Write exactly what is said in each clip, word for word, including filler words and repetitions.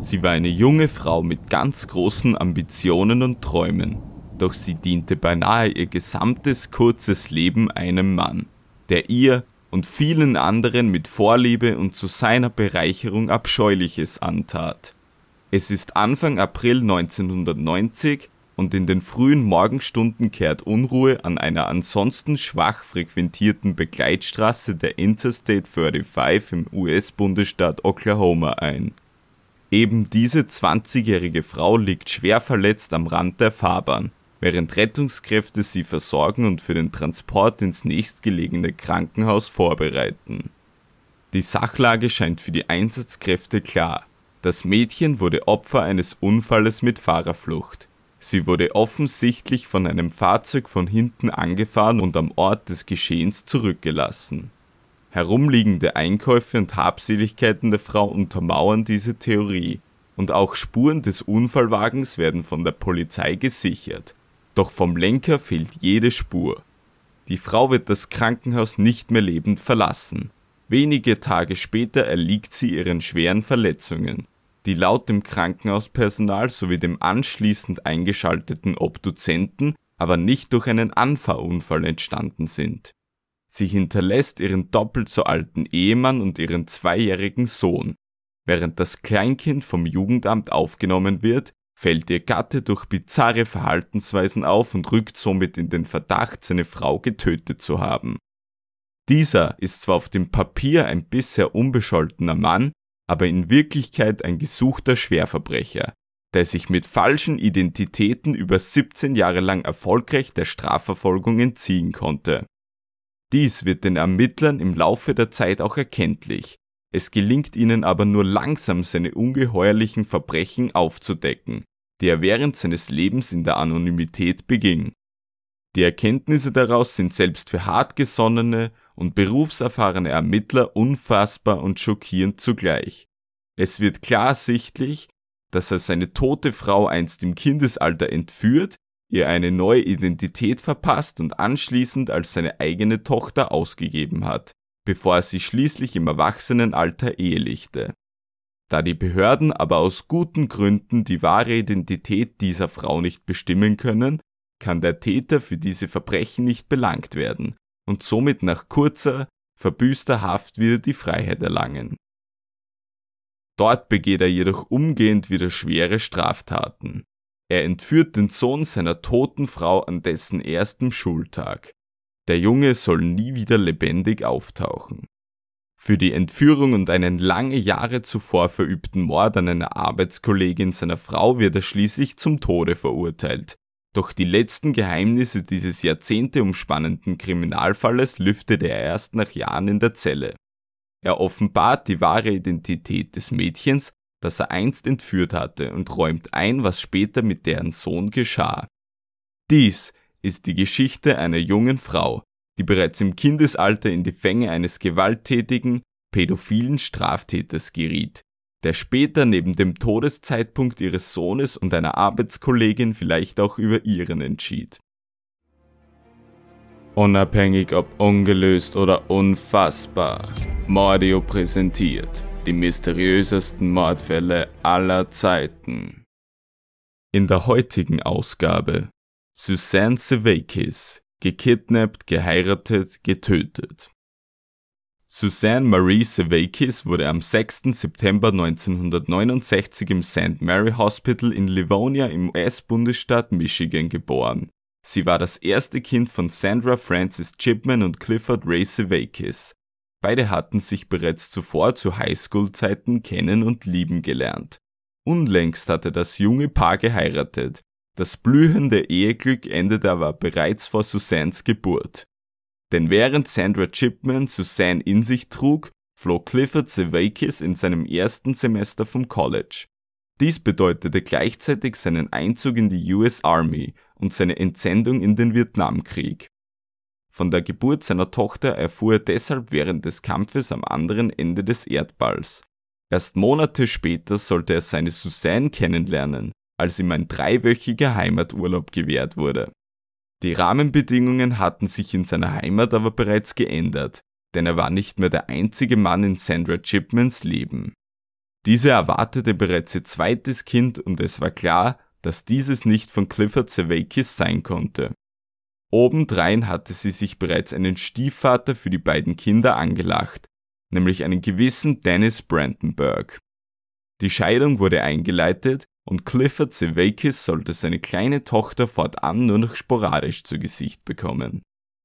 Sie war eine junge Frau mit ganz großen Ambitionen und Träumen, doch sie diente beinahe ihr gesamtes kurzes Leben einem Mann, der ihr und vielen anderen mit Vorliebe und zu seiner Bereicherung Abscheuliches antat. Es ist Anfang April neunzehnhundertneunzig und in den frühen Morgenstunden kehrt Unruhe an einer ansonsten schwach frequentierten Begleitstraße der Interstate fünfunddreißig im U S-Bundesstaat Oklahoma ein. Eben diese zwanzigjährige Frau liegt schwer verletzt am Rand der Fahrbahn, während Rettungskräfte sie versorgen und für den Transport ins nächstgelegene Krankenhaus vorbereiten. Die Sachlage scheint für die Einsatzkräfte klar. Das Mädchen wurde Opfer eines Unfalles mit Fahrerflucht. Sie wurde offensichtlich von einem Fahrzeug von hinten angefahren und am Ort des Geschehens zurückgelassen. Herumliegende Einkäufe und Habseligkeiten der Frau untermauern diese Theorie, und auch Spuren des Unfallwagens werden von der Polizei gesichert. Doch vom Lenker fehlt jede Spur. Die Frau wird das Krankenhaus nicht mehr lebend verlassen. Wenige Tage später erliegt sie ihren schweren Verletzungen, die laut dem Krankenhauspersonal sowie dem anschließend eingeschalteten Obduzenten aber nicht durch einen Anfahrunfall entstanden sind. Sie hinterlässt ihren doppelt so alten Ehemann und ihren zweijährigen Sohn. Während das Kleinkind vom Jugendamt aufgenommen wird, fällt ihr Gatte durch bizarre Verhaltensweisen auf und rückt somit in den Verdacht, seine Frau getötet zu haben. Dieser ist zwar auf dem Papier ein bisher unbescholtener Mann, aber in Wirklichkeit ein gesuchter Schwerverbrecher, der sich mit falschen Identitäten über siebzehn Jahre lang erfolgreich der Strafverfolgung entziehen konnte. Dies wird den Ermittlern im Laufe der Zeit auch erkenntlich. Es gelingt ihnen aber nur langsam, seine ungeheuerlichen Verbrechen aufzudecken, die er während seines Lebens in der Anonymität beging. Die Erkenntnisse daraus sind selbst für hartgesonnene und berufserfahrene Ermittler unfassbar und schockierend zugleich. Es wird klar sichtlich, dass er seine tote Frau einst im Kindesalter entführt, ihr eine neue Identität verpasst und anschließend als seine eigene Tochter ausgegeben hat, bevor er sie schließlich im Erwachsenenalter ehelichte. Da die Behörden aber aus guten Gründen die wahre Identität dieser Frau nicht bestimmen können, kann der Täter für diese Verbrechen nicht belangt werden und somit nach kurzer, verbüßter Haft wieder die Freiheit erlangen. Dort begeht er jedoch umgehend wieder schwere Straftaten. Er entführt den Sohn seiner toten Frau an dessen erstem Schultag. Der Junge soll nie wieder lebendig auftauchen. Für die Entführung und einen lange Jahre zuvor verübten Mord an einer Arbeitskollegin seiner Frau wird er schließlich zum Tode verurteilt. Doch die letzten Geheimnisse dieses jahrzehnteumspannenden Kriminalfalles lüftet er erst nach Jahren in der Zelle. Er offenbart die wahre Identität des Mädchens, das er einst entführt hatte, und räumt ein, was später mit deren Sohn geschah. Dies ist die Geschichte einer jungen Frau, die bereits im Kindesalter in die Fänge eines gewalttätigen, pädophilen Straftäters geriet, der später neben dem Todeszeitpunkt ihres Sohnes und einer Arbeitskollegin vielleicht auch über ihren entschied. Unabhängig ob ungelöst oder unfassbar, Mordio präsentiert die mysteriösesten Mordfälle aller Zeiten. In der heutigen Ausgabe Suzanne Sevakis, gekidnappt, geheiratet, getötet. Suzanne Marie Sevakis wurde am sechsten September neunzehnhundertneunundsechzig im Saint Mary Hospital in Livonia im U S-Bundesstaat Michigan geboren. Sie war das erste Kind von Sandra Frances Chipman und Clifford Ray Sevakis. Beide hatten sich bereits zuvor zu Highschool-Zeiten kennen und lieben gelernt. Unlängst hatte das junge Paar geheiratet. Das blühende Eheglück endete aber bereits vor Suzannes Geburt. Denn während Sandra Chipman Suzanne in sich trug, floh Clifford Sevakis in seinem ersten Semester vom College. Dies bedeutete gleichzeitig seinen Einzug in die U S Army und seine Entsendung in den Vietnamkrieg. Von der Geburt seiner Tochter erfuhr er deshalb während des Kampfes am anderen Ende des Erdballs. Erst Monate später sollte er seine Suzanne kennenlernen, als ihm ein dreiwöchiger Heimaturlaub gewährt wurde. Die Rahmenbedingungen hatten sich in seiner Heimat aber bereits geändert, denn er war nicht mehr der einzige Mann in Sandra Chipmans Leben. Diese erwartete bereits ihr zweites Kind und es war klar, dass dieses nicht von Clifford Servakis sein konnte. Obendrein hatte sie sich bereits einen Stiefvater für die beiden Kinder angelacht, nämlich einen gewissen Dennis Brandenburg. Die Scheidung wurde eingeleitet und Clifford Servakis sollte seine kleine Tochter fortan nur noch sporadisch zu Gesicht bekommen.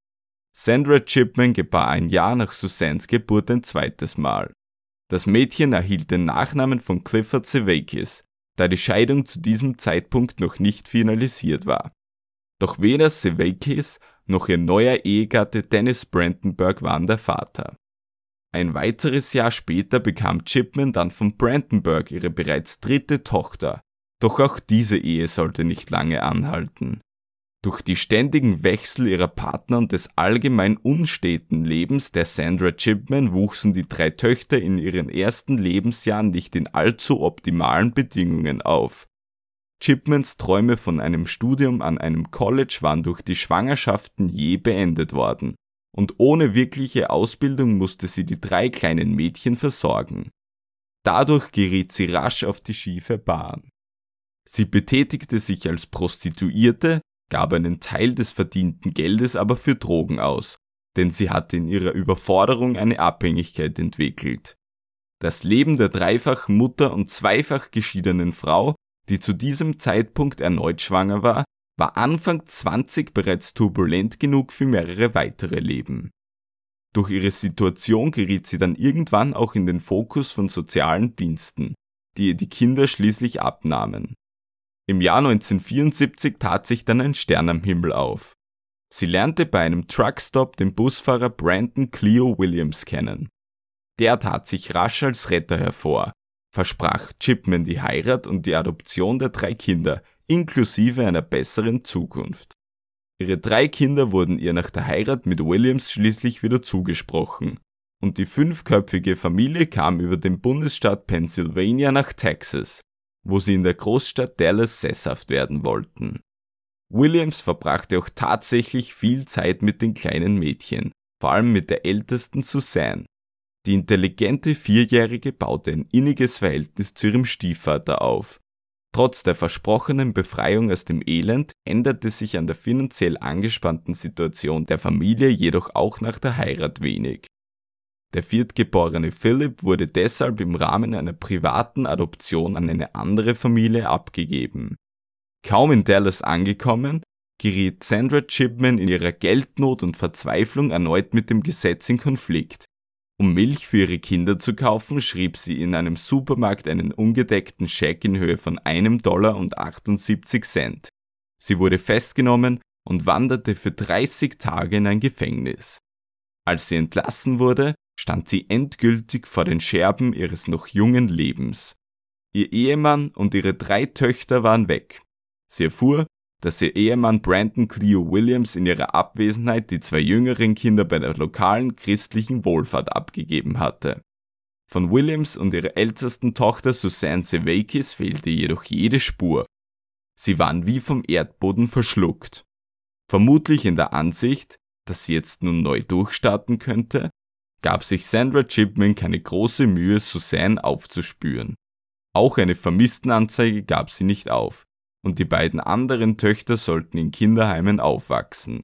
Sandra Chipman gebar ein Jahr nach Suzannes Geburt ein zweites Mal. Das Mädchen erhielt den Nachnamen von Clifford Servakis, da die Scheidung zu diesem Zeitpunkt noch nicht finalisiert war. Doch weder Servakis noch ihr neuer Ehegatte Dennis Brandenburg waren der Vater. Ein weiteres Jahr später bekam Chipman dann von Brandenburg ihre bereits dritte Tochter, doch auch diese Ehe sollte nicht lange anhalten. Durch die ständigen Wechsel ihrer Partner und des allgemein unsteten Lebens der Sandra Chipman wuchsen die drei Töchter in ihren ersten Lebensjahren nicht in allzu optimalen Bedingungen auf. Chipmans Träume von einem Studium an einem College waren durch die Schwangerschaften je beendet worden, und ohne wirkliche Ausbildung musste sie die drei kleinen Mädchen versorgen. Dadurch geriet sie rasch auf die schiefe Bahn. Sie betätigte sich als Prostituierte, gab einen Teil des verdienten Geldes aber für Drogen aus, denn sie hatte in ihrer Überforderung eine Abhängigkeit entwickelt. Das Leben der dreifach Mutter und zweifach geschiedenen Frau, die zu diesem Zeitpunkt erneut schwanger war, war Anfang zwanzig bereits turbulent genug für mehrere weitere Leben. Durch ihre Situation geriet sie dann irgendwann auch in den Fokus von sozialen Diensten, die ihr die Kinder schließlich abnahmen. Im Jahr neunzehnhundertvierundsiebzig tat sich dann ein Stern am Himmel auf. Sie lernte bei einem Truckstop den Busfahrer Brandon Cleo Williams kennen. Der tat sich rasch als Retter hervor, versprach Chipman die Heirat und die Adoption der drei Kinder, inklusive einer besseren Zukunft. Ihre drei Kinder wurden ihr nach der Heirat mit Williams schließlich wieder zugesprochen, und die fünfköpfige Familie kam über den Bundesstaat Pennsylvania nach Texas, wo sie in der Großstadt Dallas sesshaft werden wollten. Williams verbrachte auch tatsächlich viel Zeit mit den kleinen Mädchen, vor allem mit der ältesten Suzanne. Die intelligente Vierjährige baute ein inniges Verhältnis zu ihrem Stiefvater auf. Trotz der versprochenen Befreiung aus dem Elend änderte sich an der finanziell angespannten Situation der Familie jedoch auch nach der Heirat wenig. Der viertgeborene Philip wurde deshalb im Rahmen einer privaten Adoption an eine andere Familie abgegeben. Kaum in Dallas angekommen, geriet Sandra Chipman in ihrer Geldnot und Verzweiflung erneut mit dem Gesetz in Konflikt. Um Milch für ihre Kinder zu kaufen, schrieb sie in einem Supermarkt einen ungedeckten Scheck in Höhe von einem Dollar und achtundsiebzig Cent. Sie wurde festgenommen und wanderte für dreißig Tage in ein Gefängnis. Als sie entlassen wurde, stand sie endgültig vor den Scherben ihres noch jungen Lebens. Ihr Ehemann und ihre drei Töchter waren weg. Sie erfuhr, dass ihr Ehemann Brandon Cleo Williams in ihrer Abwesenheit die zwei jüngeren Kinder bei der lokalen christlichen Wohlfahrt abgegeben hatte. Von Williams und ihrer ältesten Tochter Suzanne Servakis fehlte jedoch jede Spur. Sie waren wie vom Erdboden verschluckt. Vermutlich in der Ansicht, dass sie jetzt nun neu durchstarten könnte, gab sich Sandra Chipman keine große Mühe, Suzanne aufzuspüren. Auch eine Vermisstenanzeige gab sie nicht auf, und die beiden anderen Töchter sollten in Kinderheimen aufwachsen.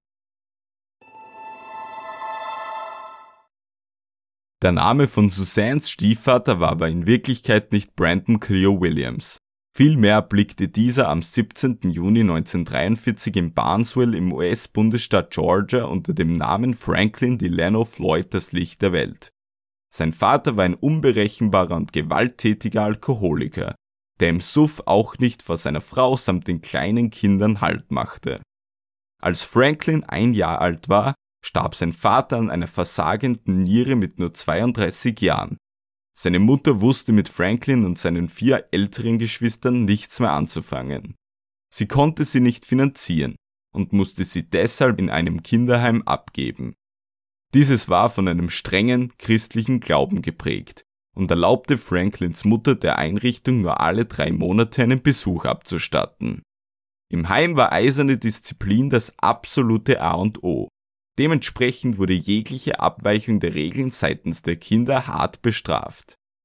Der Name von Suzannes Stiefvater war aber in Wirklichkeit nicht Brandon Cleo Williams. Vielmehr blickte dieser am siebzehnten Juni neunzehnhundertdreiundvierzig in Barnesville im U S-Bundesstaat Georgia unter dem Namen Franklin Delano Floyd das Licht der Welt. Sein Vater war ein unberechenbarer und gewalttätiger Alkoholiker, der im Suff auch nicht vor seiner Frau samt den kleinen Kindern Halt machte. Als Franklin ein Jahr alt war, starb sein Vater an einer versagenden Niere mit nur zweiunddreißig Jahren. Seine Mutter wusste mit Franklin und seinen vier älteren Geschwistern nichts mehr anzufangen. Sie konnte sie nicht finanzieren und musste sie deshalb in einem Kinderheim abgeben. Dieses war von einem strengen christlichen Glauben geprägt und erlaubte Franklins Mutter der Einrichtung nur alle drei Monate einen Besuch abzustatten. Im Heim war eiserne Disziplin das absolute A und O. Dementsprechend wurde jegliche Abweichung der Regeln seitens der Kinder hart bestraft.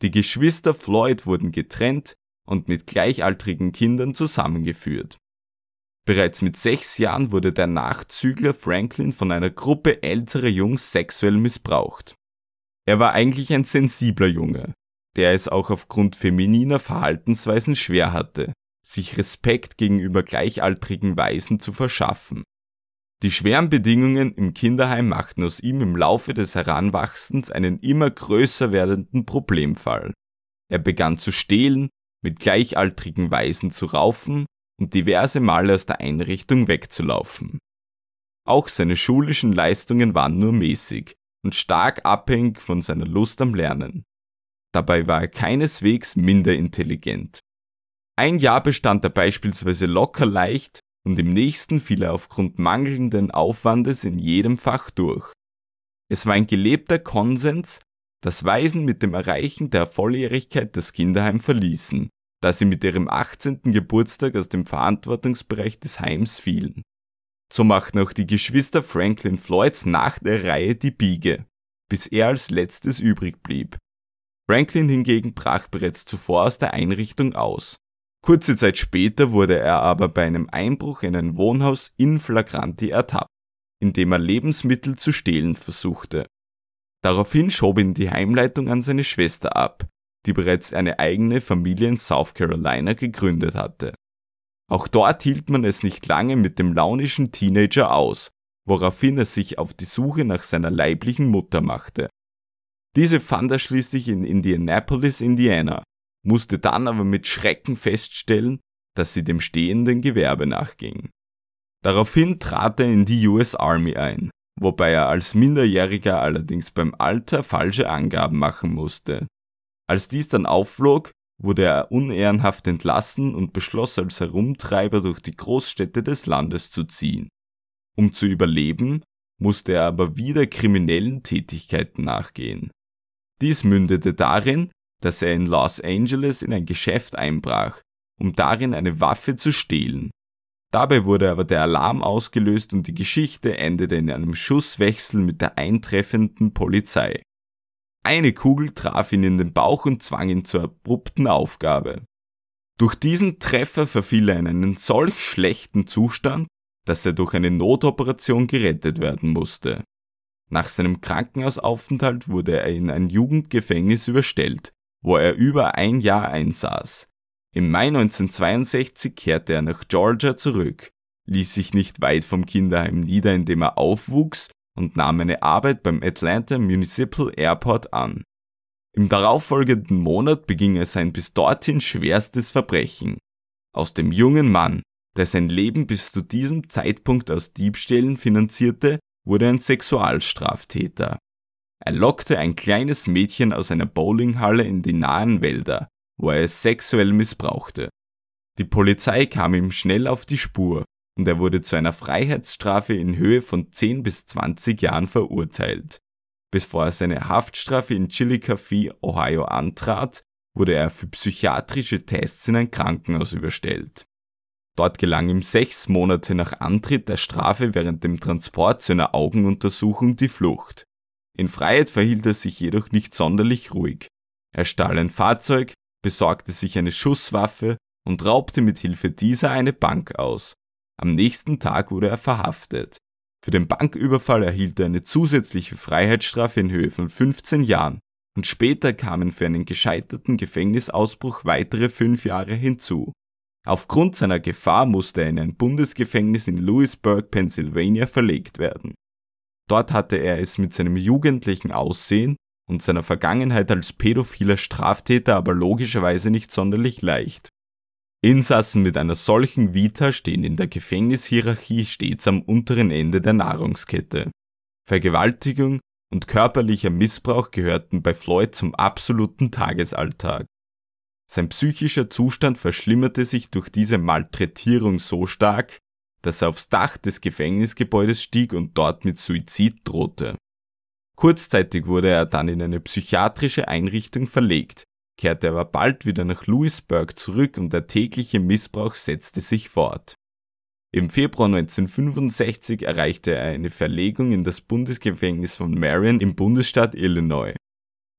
Die Geschwister Floyd wurden getrennt und mit gleichaltrigen Kindern zusammengeführt. Bereits mit sechs Jahren wurde der Nachzügler Franklin von einer Gruppe älterer Jungs sexuell missbraucht. Er war eigentlich ein sensibler Junge, der es auch aufgrund femininer Verhaltensweisen schwer hatte, sich Respekt gegenüber gleichaltrigen Waisen zu verschaffen. Die schweren Bedingungen im Kinderheim machten aus ihm im Laufe des Heranwachsens einen immer größer werdenden Problemfall. Er begann zu stehlen, mit gleichaltrigen Waisen zu raufen und diverse Male aus der Einrichtung wegzulaufen. Auch seine schulischen Leistungen waren nur mäßig und stark abhängig von seiner Lust am Lernen. Dabei war er keineswegs minder intelligent. Ein Jahr bestand er beispielsweise locker leicht und im nächsten fiel er aufgrund mangelnden Aufwandes in jedem Fach durch. Es war ein gelebter Konsens, dass Waisen mit dem Erreichen der Volljährigkeit das Kinderheim verließen, da sie mit ihrem achtzehnten Geburtstag aus dem Verantwortungsbereich des Heims fielen. So machten auch die Geschwister Franklin Floyds nach der Reihe die Biege, bis er als letztes übrig blieb. Franklin hingegen brach bereits zuvor aus der Einrichtung aus. Kurze Zeit später wurde er aber bei einem Einbruch in ein Wohnhaus in flagranti ertappt, indem er Lebensmittel zu stehlen versuchte. Daraufhin schob ihn die Heimleitung an seine Schwester ab, die bereits eine eigene Familie in South Carolina gegründet hatte. Auch dort hielt man es nicht lange mit dem launischen Teenager aus, woraufhin er sich auf die Suche nach seiner leiblichen Mutter machte. Diese fand er schließlich in Indianapolis, Indiana, musste dann aber mit Schrecken feststellen, dass sie dem stehenden Gewerbe nachging. Daraufhin trat er in die U S Army ein, wobei er als Minderjähriger allerdings beim Alter falsche Angaben machen musste. Als dies dann aufflog, wurde er unehrenhaft entlassen und beschloss als Herumtreiber durch die Großstädte des Landes zu ziehen. Um zu überleben, musste er aber wieder kriminellen Tätigkeiten nachgehen. Dies mündete darin, dass er in Los Angeles in ein Geschäft einbrach, um darin eine Waffe zu stehlen. Dabei wurde aber der Alarm ausgelöst und die Geschichte endete in einem Schusswechsel mit der eintreffenden Polizei. Eine Kugel traf ihn in den Bauch und zwang ihn zur abrupten Aufgabe. Durch diesen Treffer verfiel er in einen solch schlechten Zustand, dass er durch eine Notoperation gerettet werden musste. Nach seinem Krankenhausaufenthalt wurde er in ein Jugendgefängnis überstellt, wo er über ein Jahr einsaß. Im Mai neunzehnhundertzweiundsechzig kehrte er nach Georgia zurück, ließ sich nicht weit vom Kinderheim nieder, in dem er aufwuchs, und nahm eine Arbeit beim Atlanta Municipal Airport an. Im darauffolgenden Monat beging er sein bis dorthin schwerstes Verbrechen. Aus dem jungen Mann, der sein Leben bis zu diesem Zeitpunkt aus Diebstählen finanzierte, wurde ein Sexualstraftäter. Er lockte ein kleines Mädchen aus einer Bowlinghalle in die nahen Wälder, wo er es sexuell missbrauchte. Die Polizei kam ihm schnell auf die Spur und er wurde zu einer Freiheitsstrafe in Höhe von zehn bis zwanzig Jahren verurteilt. Bevor er seine Haftstrafe in Chillicothe, Ohio antrat, wurde er für psychiatrische Tests in ein Krankenhaus überstellt. Dort gelang ihm sechs Monate nach Antritt der Strafe während dem Transport zu einer Augenuntersuchung die Flucht. In Freiheit verhielt er sich jedoch nicht sonderlich ruhig. Er stahl ein Fahrzeug, besorgte sich eine Schusswaffe und raubte mit Hilfe dieser eine Bank aus. Am nächsten Tag wurde er verhaftet. Für den Banküberfall erhielt er eine zusätzliche Freiheitsstrafe in Höhe von fünfzehn Jahren und später kamen für einen gescheiterten Gefängnisausbruch weitere fünf Jahre hinzu. Aufgrund seiner Gefahr musste er in ein Bundesgefängnis in Lewisburg, Pennsylvania verlegt werden. Dort hatte er es mit seinem jugendlichen Aussehen und seiner Vergangenheit als pädophiler Straftäter aber logischerweise nicht sonderlich leicht. Insassen mit einer solchen Vita stehen in der Gefängnishierarchie stets am unteren Ende der Nahrungskette. Vergewaltigung und körperlicher Missbrauch gehörten bei Floyd zum absoluten Tagesalltag. Sein psychischer Zustand verschlimmerte sich durch diese Malträtierung so stark, dass er aufs Dach des Gefängnisgebäudes stieg und dort mit Suizid drohte. Kurzzeitig wurde er dann in eine psychiatrische Einrichtung verlegt, kehrte aber bald wieder nach Lewisburg zurück und der tägliche Missbrauch setzte sich fort. Im Februar neunzehnhundertfünfundsechzig erreichte er eine Verlegung in das Bundesgefängnis von Marion im Bundesstaat Illinois.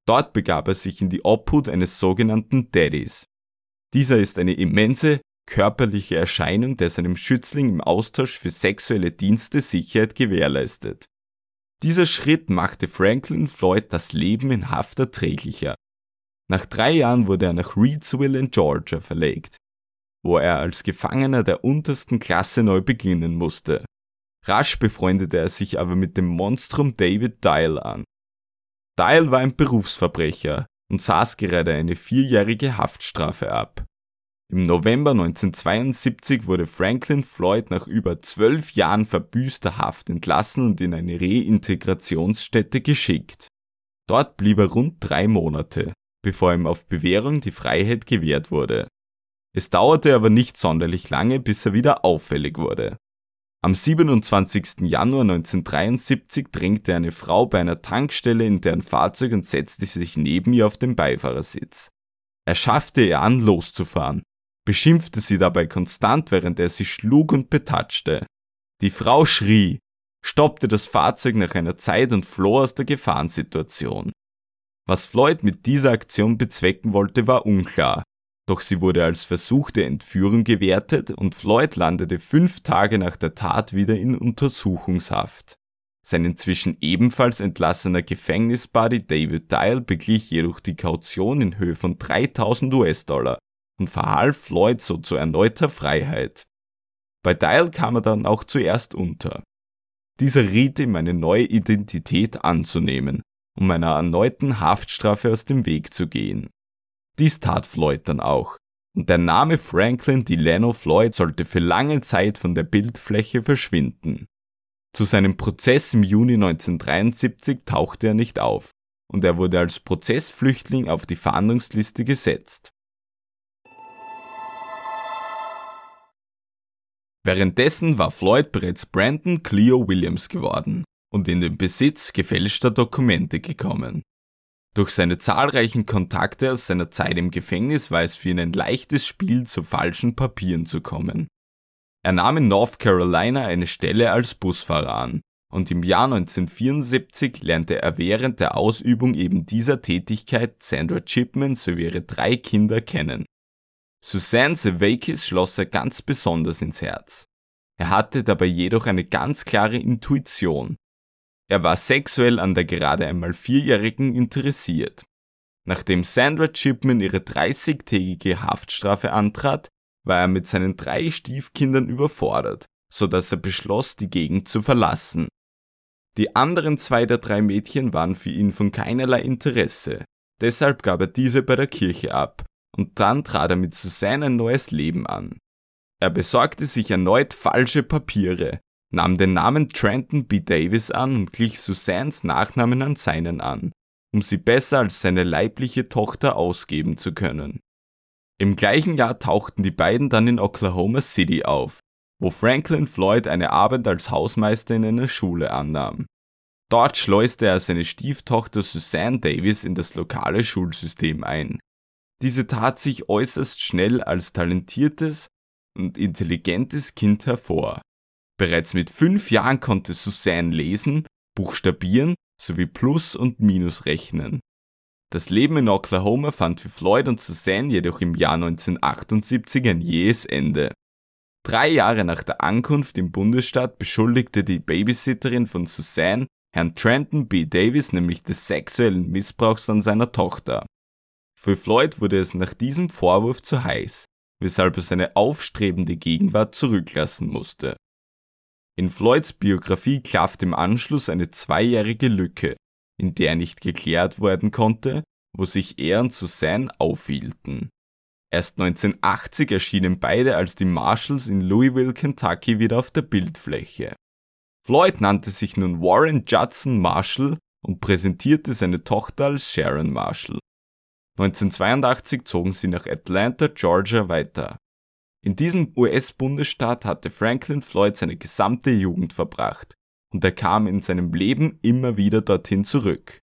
Dort begab er sich in die Obhut eines sogenannten Daddys. Dieser ist eine immense, körperliche Erscheinung, der seinem Schützling im Austausch für sexuelle Dienste Sicherheit gewährleistet. Dieser Schritt machte Franklin Floyd das Leben in Haft erträglicher. Nach drei Jahren wurde er nach Reidsville in Georgia verlegt, wo er als Gefangener der untersten Klasse neu beginnen musste. Rasch befreundete er sich aber mit dem Monstrum David Dial an. Dial war ein Berufsverbrecher und saß gerade eine vierjährige Haftstrafe ab. Im November neunzehnhundertzweiundsiebzig wurde Franklin Floyd nach über zwölf Jahren verbüßter Haft entlassen und in eine Reintegrationsstätte geschickt. Dort blieb er rund drei Monate, bevor ihm auf Bewährung die Freiheit gewährt wurde. Es dauerte aber nicht sonderlich lange, bis er wieder auffällig wurde. Am siebenundzwanzigsten Januar neunzehnhundertdreiundsiebzig drängte eine Frau bei einer Tankstelle in deren Fahrzeug und setzte sich neben ihr auf den Beifahrersitz. Er schaffte ihr an, loszufahren, beschimpfte sie dabei konstant, während er sie schlug und betatschte. Die Frau schrie, stoppte das Fahrzeug nach einer Zeit und floh aus der Gefahrensituation. Was Floyd mit dieser Aktion bezwecken wollte, war unklar, doch sie wurde als versuchte Entführung gewertet und Floyd landete fünf Tage nach der Tat wieder in Untersuchungshaft. Sein inzwischen ebenfalls entlassener Gefängnisbuddy David Dial beglich jedoch die Kaution in Höhe von dreitausend US-Dollar und verhalf Floyd so zu erneuter Freiheit. Bei Dial kam er dann auch zuerst unter. Dieser riet ihm, eine neue Identität anzunehmen, um einer erneuten Haftstrafe aus dem Weg zu gehen. Dies tat Floyd dann auch, und der Name Franklin Delano Floyd sollte für lange Zeit von der Bildfläche verschwinden. Zu seinem Prozess im Juni neunzehnhundertdreiundsiebzig tauchte er nicht auf, und er wurde als Prozessflüchtling auf die Fahndungsliste gesetzt. Währenddessen war Floyd bereits Brandon Cleo Williams geworden und in den Besitz gefälschter Dokumente gekommen. Durch seine zahlreichen Kontakte aus seiner Zeit im Gefängnis war es für ihn ein leichtes Spiel, zu falschen Papieren zu kommen. Er nahm in North Carolina eine Stelle als Busfahrer an und im Jahr neunzehnhundertvierundsiebzig lernte er während der Ausübung eben dieser Tätigkeit Sandra Chipman sowie ihre drei Kinder kennen. Suzanne Sevakis schloss er ganz besonders ins Herz. Er hatte dabei jedoch eine ganz klare Intuition. Er war sexuell an der gerade einmal Vierjährigen interessiert. Nachdem Sandra Chipman ihre dreißigtägige Haftstrafe antrat, war er mit seinen drei Stiefkindern überfordert, sodass er beschloss, die Gegend zu verlassen. Die anderen zwei der drei Mädchen waren für ihn von keinerlei Interesse, deshalb gab er diese bei der Kirche ab und dann trat er mit Suzanne ein neues Leben an. Er besorgte sich erneut falsche Papiere, nahm den Namen Trenton B. Davis an und glich Suzannes Nachnamen an seinen an, um sie besser als seine leibliche Tochter ausgeben zu können. Im gleichen Jahr tauchten die beiden dann in Oklahoma City auf, wo Franklin Floyd eine Arbeit als Hausmeister in einer Schule annahm. Dort schleuste er seine Stieftochter Suzanne Davis in das lokale Schulsystem ein. Diese tat sich äußerst schnell als talentiertes und intelligentes Kind hervor. Bereits mit fünf Jahren konnte Suzanne lesen, buchstabieren sowie Plus- und Minus rechnen. Das Leben in Oklahoma fand für Floyd und Suzanne jedoch im Jahr neunzehnhundertachtundsiebzig ein jähes Ende. Drei Jahre nach der Ankunft im Bundesstaat beschuldigte die Babysitterin von Suzanne Herrn Trenton B. Davis nämlich des sexuellen Missbrauchs an seiner Tochter. Für Floyd wurde es nach diesem Vorwurf zu heiß, weshalb er seine aufstrebende Gegenwart zurücklassen musste. In Floyds Biografie klaffte im Anschluss eine zweijährige Lücke, in der nicht geklärt werden konnte, wo sich er und Suzanne aufhielten. Erst neunzehnhundertachtzig erschienen beide als die Marshalls in Louisville, Kentucky wieder auf der Bildfläche. Floyd nannte sich nun Warren Judson Marshall und präsentierte seine Tochter als Sharon Marshall. neunzehnhundertzweiundachtzig zogen sie nach Atlanta, Georgia weiter. In diesem U S-Bundesstaat hatte Franklin Floyd seine gesamte Jugend verbracht und er kam in seinem Leben immer wieder dorthin zurück.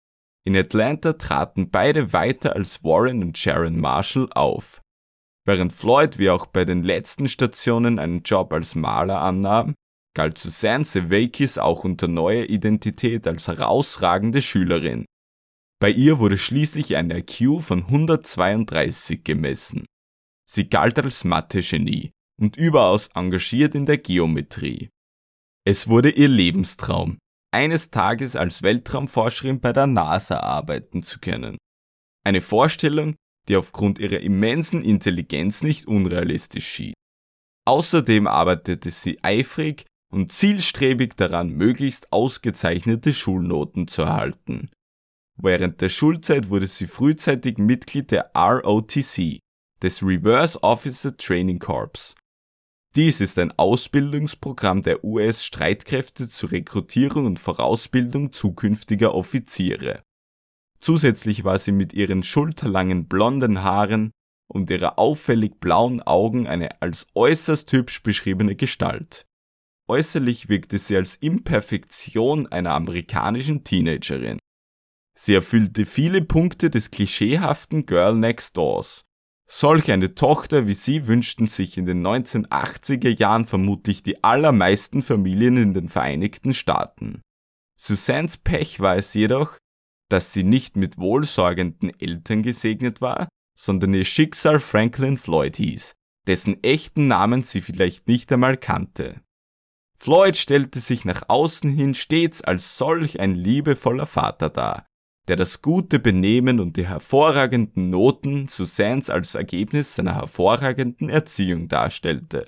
In Atlanta traten beide weiter als Warren und Sharon Marshall auf. Während Floyd wie auch bei den letzten Stationen einen Job als Maler annahm, galt Suzanne Sevakis auch unter neuer Identität als herausragende Schülerin. Bei ihr wurde schließlich ein I Q von hundertzweiunddreißig gemessen. Sie galt als Mathe-Genie und überaus engagiert in der Geometrie. Es wurde ihr Lebenstraum, eines Tages als Weltraumforscherin bei der NASA arbeiten zu können. Eine Vorstellung, die aufgrund ihrer immensen Intelligenz nicht unrealistisch schien. Außerdem arbeitete sie eifrig und zielstrebig daran, möglichst ausgezeichnete Schulnoten zu erhalten. Während der Schulzeit wurde sie frühzeitig Mitglied der R O T C, des Reverse Officer Training Corps. Dies ist ein Ausbildungsprogramm der U S-Streitkräfte zur Rekrutierung und Vorausbildung zukünftiger Offiziere. Zusätzlich war sie mit ihren schulterlangen blonden Haaren und ihrer auffällig blauen Augen eine als äußerst hübsch beschriebene Gestalt. Äußerlich wirkte sie als Imperfektion einer amerikanischen Teenagerin. Sie erfüllte viele Punkte des klischeehaften Girl Next Doors. Solch eine Tochter wie sie wünschten sich in den neunzehnhundertachtziger Jahren vermutlich die allermeisten Familien in den Vereinigten Staaten. Suzannes Pech war es jedoch, dass sie nicht mit wohlsorgenden Eltern gesegnet war, sondern ihr Schicksal Franklin Floyd hieß, dessen echten Namen sie vielleicht nicht einmal kannte. Floyd stellte sich nach außen hin stets als solch ein liebevoller Vater dar, der das gute Benehmen und die hervorragenden Noten Suzannes als Ergebnis seiner hervorragenden Erziehung darstellte.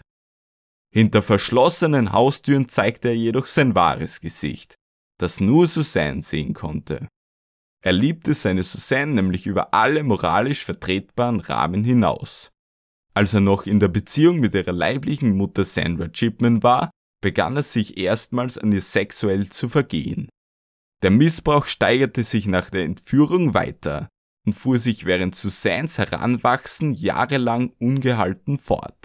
Hinter verschlossenen Haustüren zeigte er jedoch sein wahres Gesicht, das nur Suzanne sehen konnte. Er liebte seine Suzanne nämlich über alle moralisch vertretbaren Rahmen hinaus. Als er noch in der Beziehung mit ihrer leiblichen Mutter Sandra Chipman war, begann er sich erstmals an ihr sexuell zu vergehen. Der Missbrauch steigerte sich nach der Entführung weiter und fuhr sich während Suzannes Heranwachsen jahrelang ungehalten fort.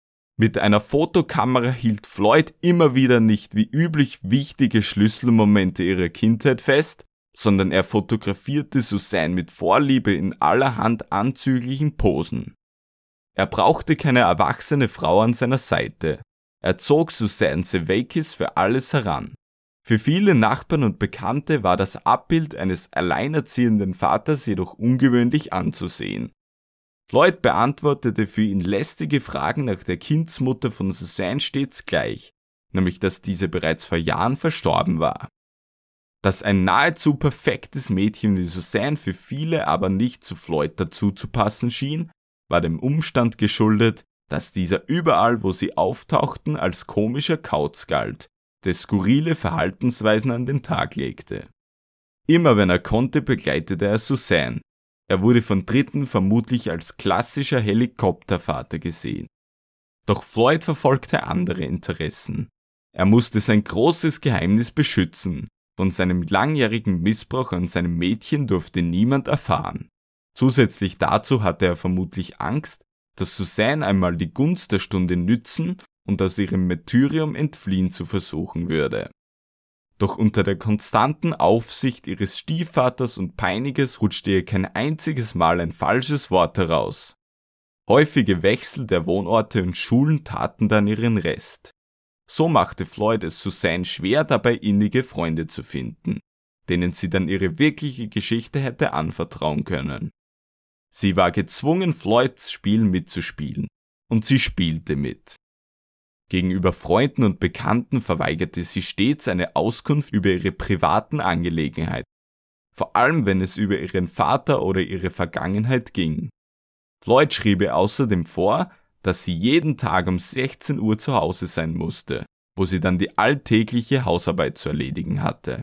Mit einer Fotokamera hielt Floyd immer wieder nicht wie üblich wichtige Schlüsselmomente ihrer Kindheit fest, sondern er fotografierte Suzanne mit Vorliebe in allerhand anzüglichen Posen. Er brauchte keine erwachsene Frau an seiner Seite. Er zog Suzanne Sevakis für alles heran. Für viele Nachbarn und Bekannte war das Abbild eines alleinerziehenden Vaters jedoch ungewöhnlich anzusehen. Floyd beantwortete für ihn lästige Fragen nach der Kindsmutter von Suzanne stets gleich, nämlich dass diese bereits vor Jahren verstorben war. Dass ein nahezu perfektes Mädchen wie Suzanne für viele aber nicht zu Floyd dazu zu passen schien, war dem Umstand geschuldet, dass dieser überall, wo sie auftauchten, als komischer Kauz galt, der skurrile Verhaltensweisen an den Tag legte. Immer wenn er konnte, begleitete er Suzanne. Er wurde von Dritten vermutlich als klassischer Helikoptervater gesehen. Doch Floyd verfolgte andere Interessen. Er musste sein großes Geheimnis beschützen. Von seinem langjährigen Missbrauch an seinem Mädchen durfte niemand erfahren. Zusätzlich dazu hatte er vermutlich Angst, dass Suzanne einmal die Gunst der Stunde nützen und aus ihrem Martyrium entfliehen zu versuchen würde. Doch unter der konstanten Aufsicht ihres Stiefvaters und Peinigers rutschte ihr kein einziges Mal ein falsches Wort heraus. Häufige Wechsel der Wohnorte und Schulen taten dann ihren Rest. So machte Floyd es Suzanne schwer, dabei innige Freunde zu finden, denen sie dann ihre wirkliche Geschichte hätte anvertrauen können. Sie war gezwungen, Floyds Spiel mitzuspielen, und sie spielte mit. Gegenüber Freunden und Bekannten verweigerte sie stets eine Auskunft über ihre privaten Angelegenheiten, vor allem wenn es über ihren Vater oder ihre Vergangenheit ging. Floyd schrieb ihr außerdem vor, dass sie jeden Tag um sechzehn Uhr zu Hause sein musste, wo sie dann die alltägliche Hausarbeit zu erledigen hatte.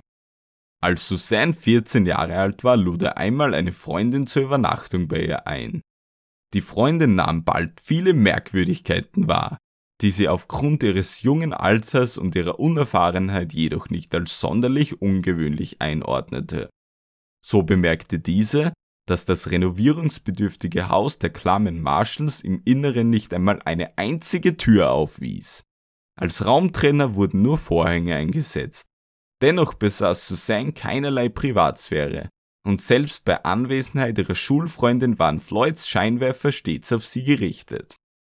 Als Suzanne vierzehn Jahre alt war, lud er einmal eine Freundin zur Übernachtung bei ihr ein. Die Freundin nahm bald viele Merkwürdigkeiten wahr, die sie aufgrund ihres jungen Alters und ihrer Unerfahrenheit jedoch nicht als sonderlich ungewöhnlich einordnete. So bemerkte diese, dass das renovierungsbedürftige Haus der Clarman Marshalls im Inneren nicht einmal eine einzige Tür aufwies. Als Raumtrenner wurden nur Vorhänge eingesetzt. Dennoch besaß Suzanne keinerlei Privatsphäre, und selbst bei Anwesenheit ihrer Schulfreundin waren Floyds Scheinwerfer stets auf sie gerichtet.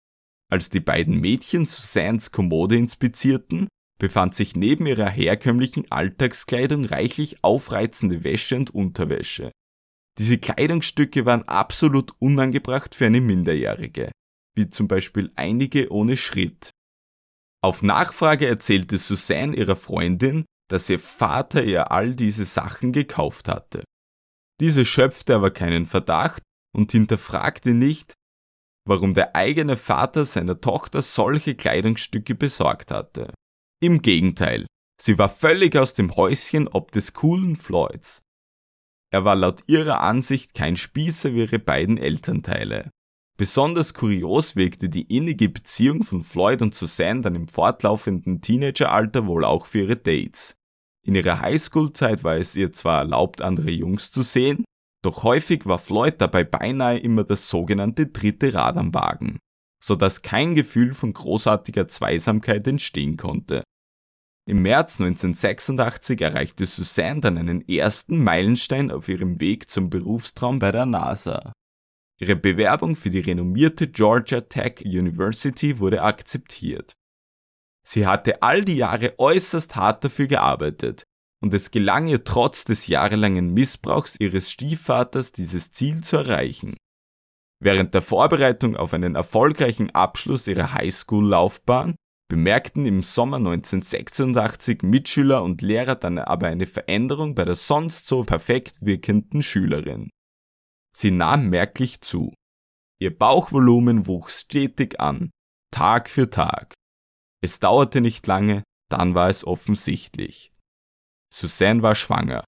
Als die beiden Mädchen Suzannes Kommode inspizierten, befand sich neben ihrer herkömmlichen Alltagskleidung reichlich aufreizende Wäsche und Unterwäsche, Diese Kleidungsstücke waren absolut unangebracht für eine Minderjährige, wie zum Beispiel einige ohne Schritt. Auf Nachfrage erzählte Suzanne ihrer Freundin, dass ihr Vater ihr all diese Sachen gekauft hatte. Diese schöpfte aber keinen Verdacht und hinterfragte nicht, warum der eigene Vater seiner Tochter solche Kleidungsstücke besorgt hatte. Im Gegenteil, sie war völlig aus dem Häuschen ob des coolen Floyds. Er war laut ihrer Ansicht kein Spießer wie ihre beiden Elternteile. Besonders kurios wirkte die innige Beziehung von Floyd und Suzanne dann im fortlaufenden Teenageralter wohl auch für ihre Dates. In ihrer Highschool-Zeit war es ihr zwar erlaubt, andere Jungs zu sehen, doch häufig war Floyd dabei beinahe immer das sogenannte dritte Rad am Wagen, sodass kein Gefühl von großartiger Zweisamkeit entstehen konnte. Im März neunzehnhundertsechsundachtzig erreichte Suzanne dann einen ersten Meilenstein auf ihrem Weg zum Berufstraum bei der NASA. Ihre Bewerbung für die renommierte Georgia Tech University wurde akzeptiert. Sie hatte all die Jahre äußerst hart dafür gearbeitet und es gelang ihr trotz des jahrelangen Missbrauchs ihres Stiefvaters, dieses Ziel zu erreichen. Während der Vorbereitung auf einen erfolgreichen Abschluss ihrer Highschool-Laufbahn bemerkten im Sommer neunzehnhundertsechsundachtzig Mitschüler und Lehrer dann aber eine Veränderung bei der sonst so perfekt wirkenden Schülerin. Sie nahm merklich zu. Ihr Bauchvolumen wuchs stetig an, Tag für Tag. Es dauerte nicht lange, dann war es offensichtlich. Suzanne war schwanger.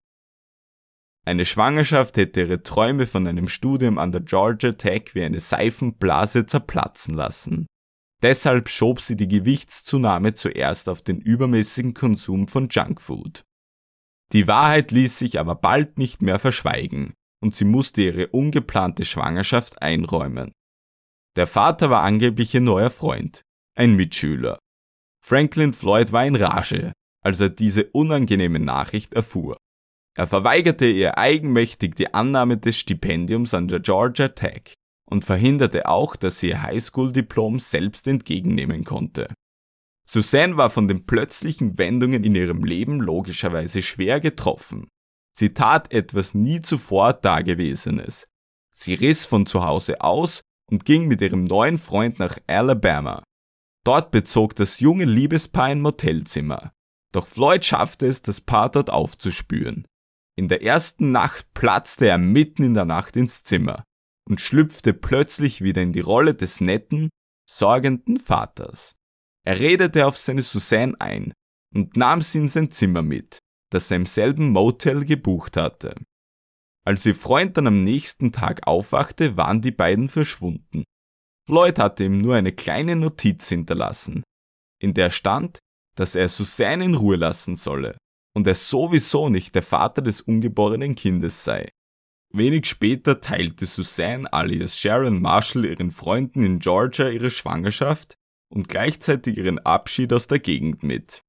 Eine Schwangerschaft hätte ihre Träume von einem Studium an der Georgia Tech wie eine Seifenblase zerplatzen lassen. Deshalb schob sie die Gewichtszunahme zuerst auf den übermäßigen Konsum von Junkfood. Die Wahrheit ließ sich aber bald nicht mehr verschweigen und sie musste ihre ungeplante Schwangerschaft einräumen. Der Vater war angeblich ihr neuer Freund, ein Mitschüler. Franklin Floyd war in Rage, als er diese unangenehme Nachricht erfuhr. Er verweigerte ihr eigenmächtig die Annahme des Stipendiums an der Georgia Tech und verhinderte auch, dass sie ihr Highschool-Diplom selbst entgegennehmen konnte. Suzanne war von den plötzlichen Wendungen in ihrem Leben logischerweise schwer getroffen. Sie tat etwas nie zuvor Dagewesenes. Sie riss von zu Hause aus und ging mit ihrem neuen Freund nach Alabama. Dort bezog das junge Liebespaar ein Motelzimmer. Doch Floyd schaffte es, das Paar dort aufzuspüren. In der ersten Nacht platzte er mitten in der Nacht ins Zimmer und schlüpfte plötzlich wieder in die Rolle des netten, sorgenden Vaters. Er redete auf seine Suzanne ein und nahm sie in sein Zimmer mit, das er im selben Motel gebucht hatte. Als ihr Freund dann am nächsten Tag aufwachte, waren die beiden verschwunden. Floyd hatte ihm nur eine kleine Notiz hinterlassen, in der stand, dass er Suzanne in Ruhe lassen solle und er sowieso nicht der Vater des ungeborenen Kindes sei. Wenig später teilte Suzanne alias Sharon Marshall ihren Freunden in Georgia ihre Schwangerschaft und gleichzeitig ihren Abschied aus der Gegend mit.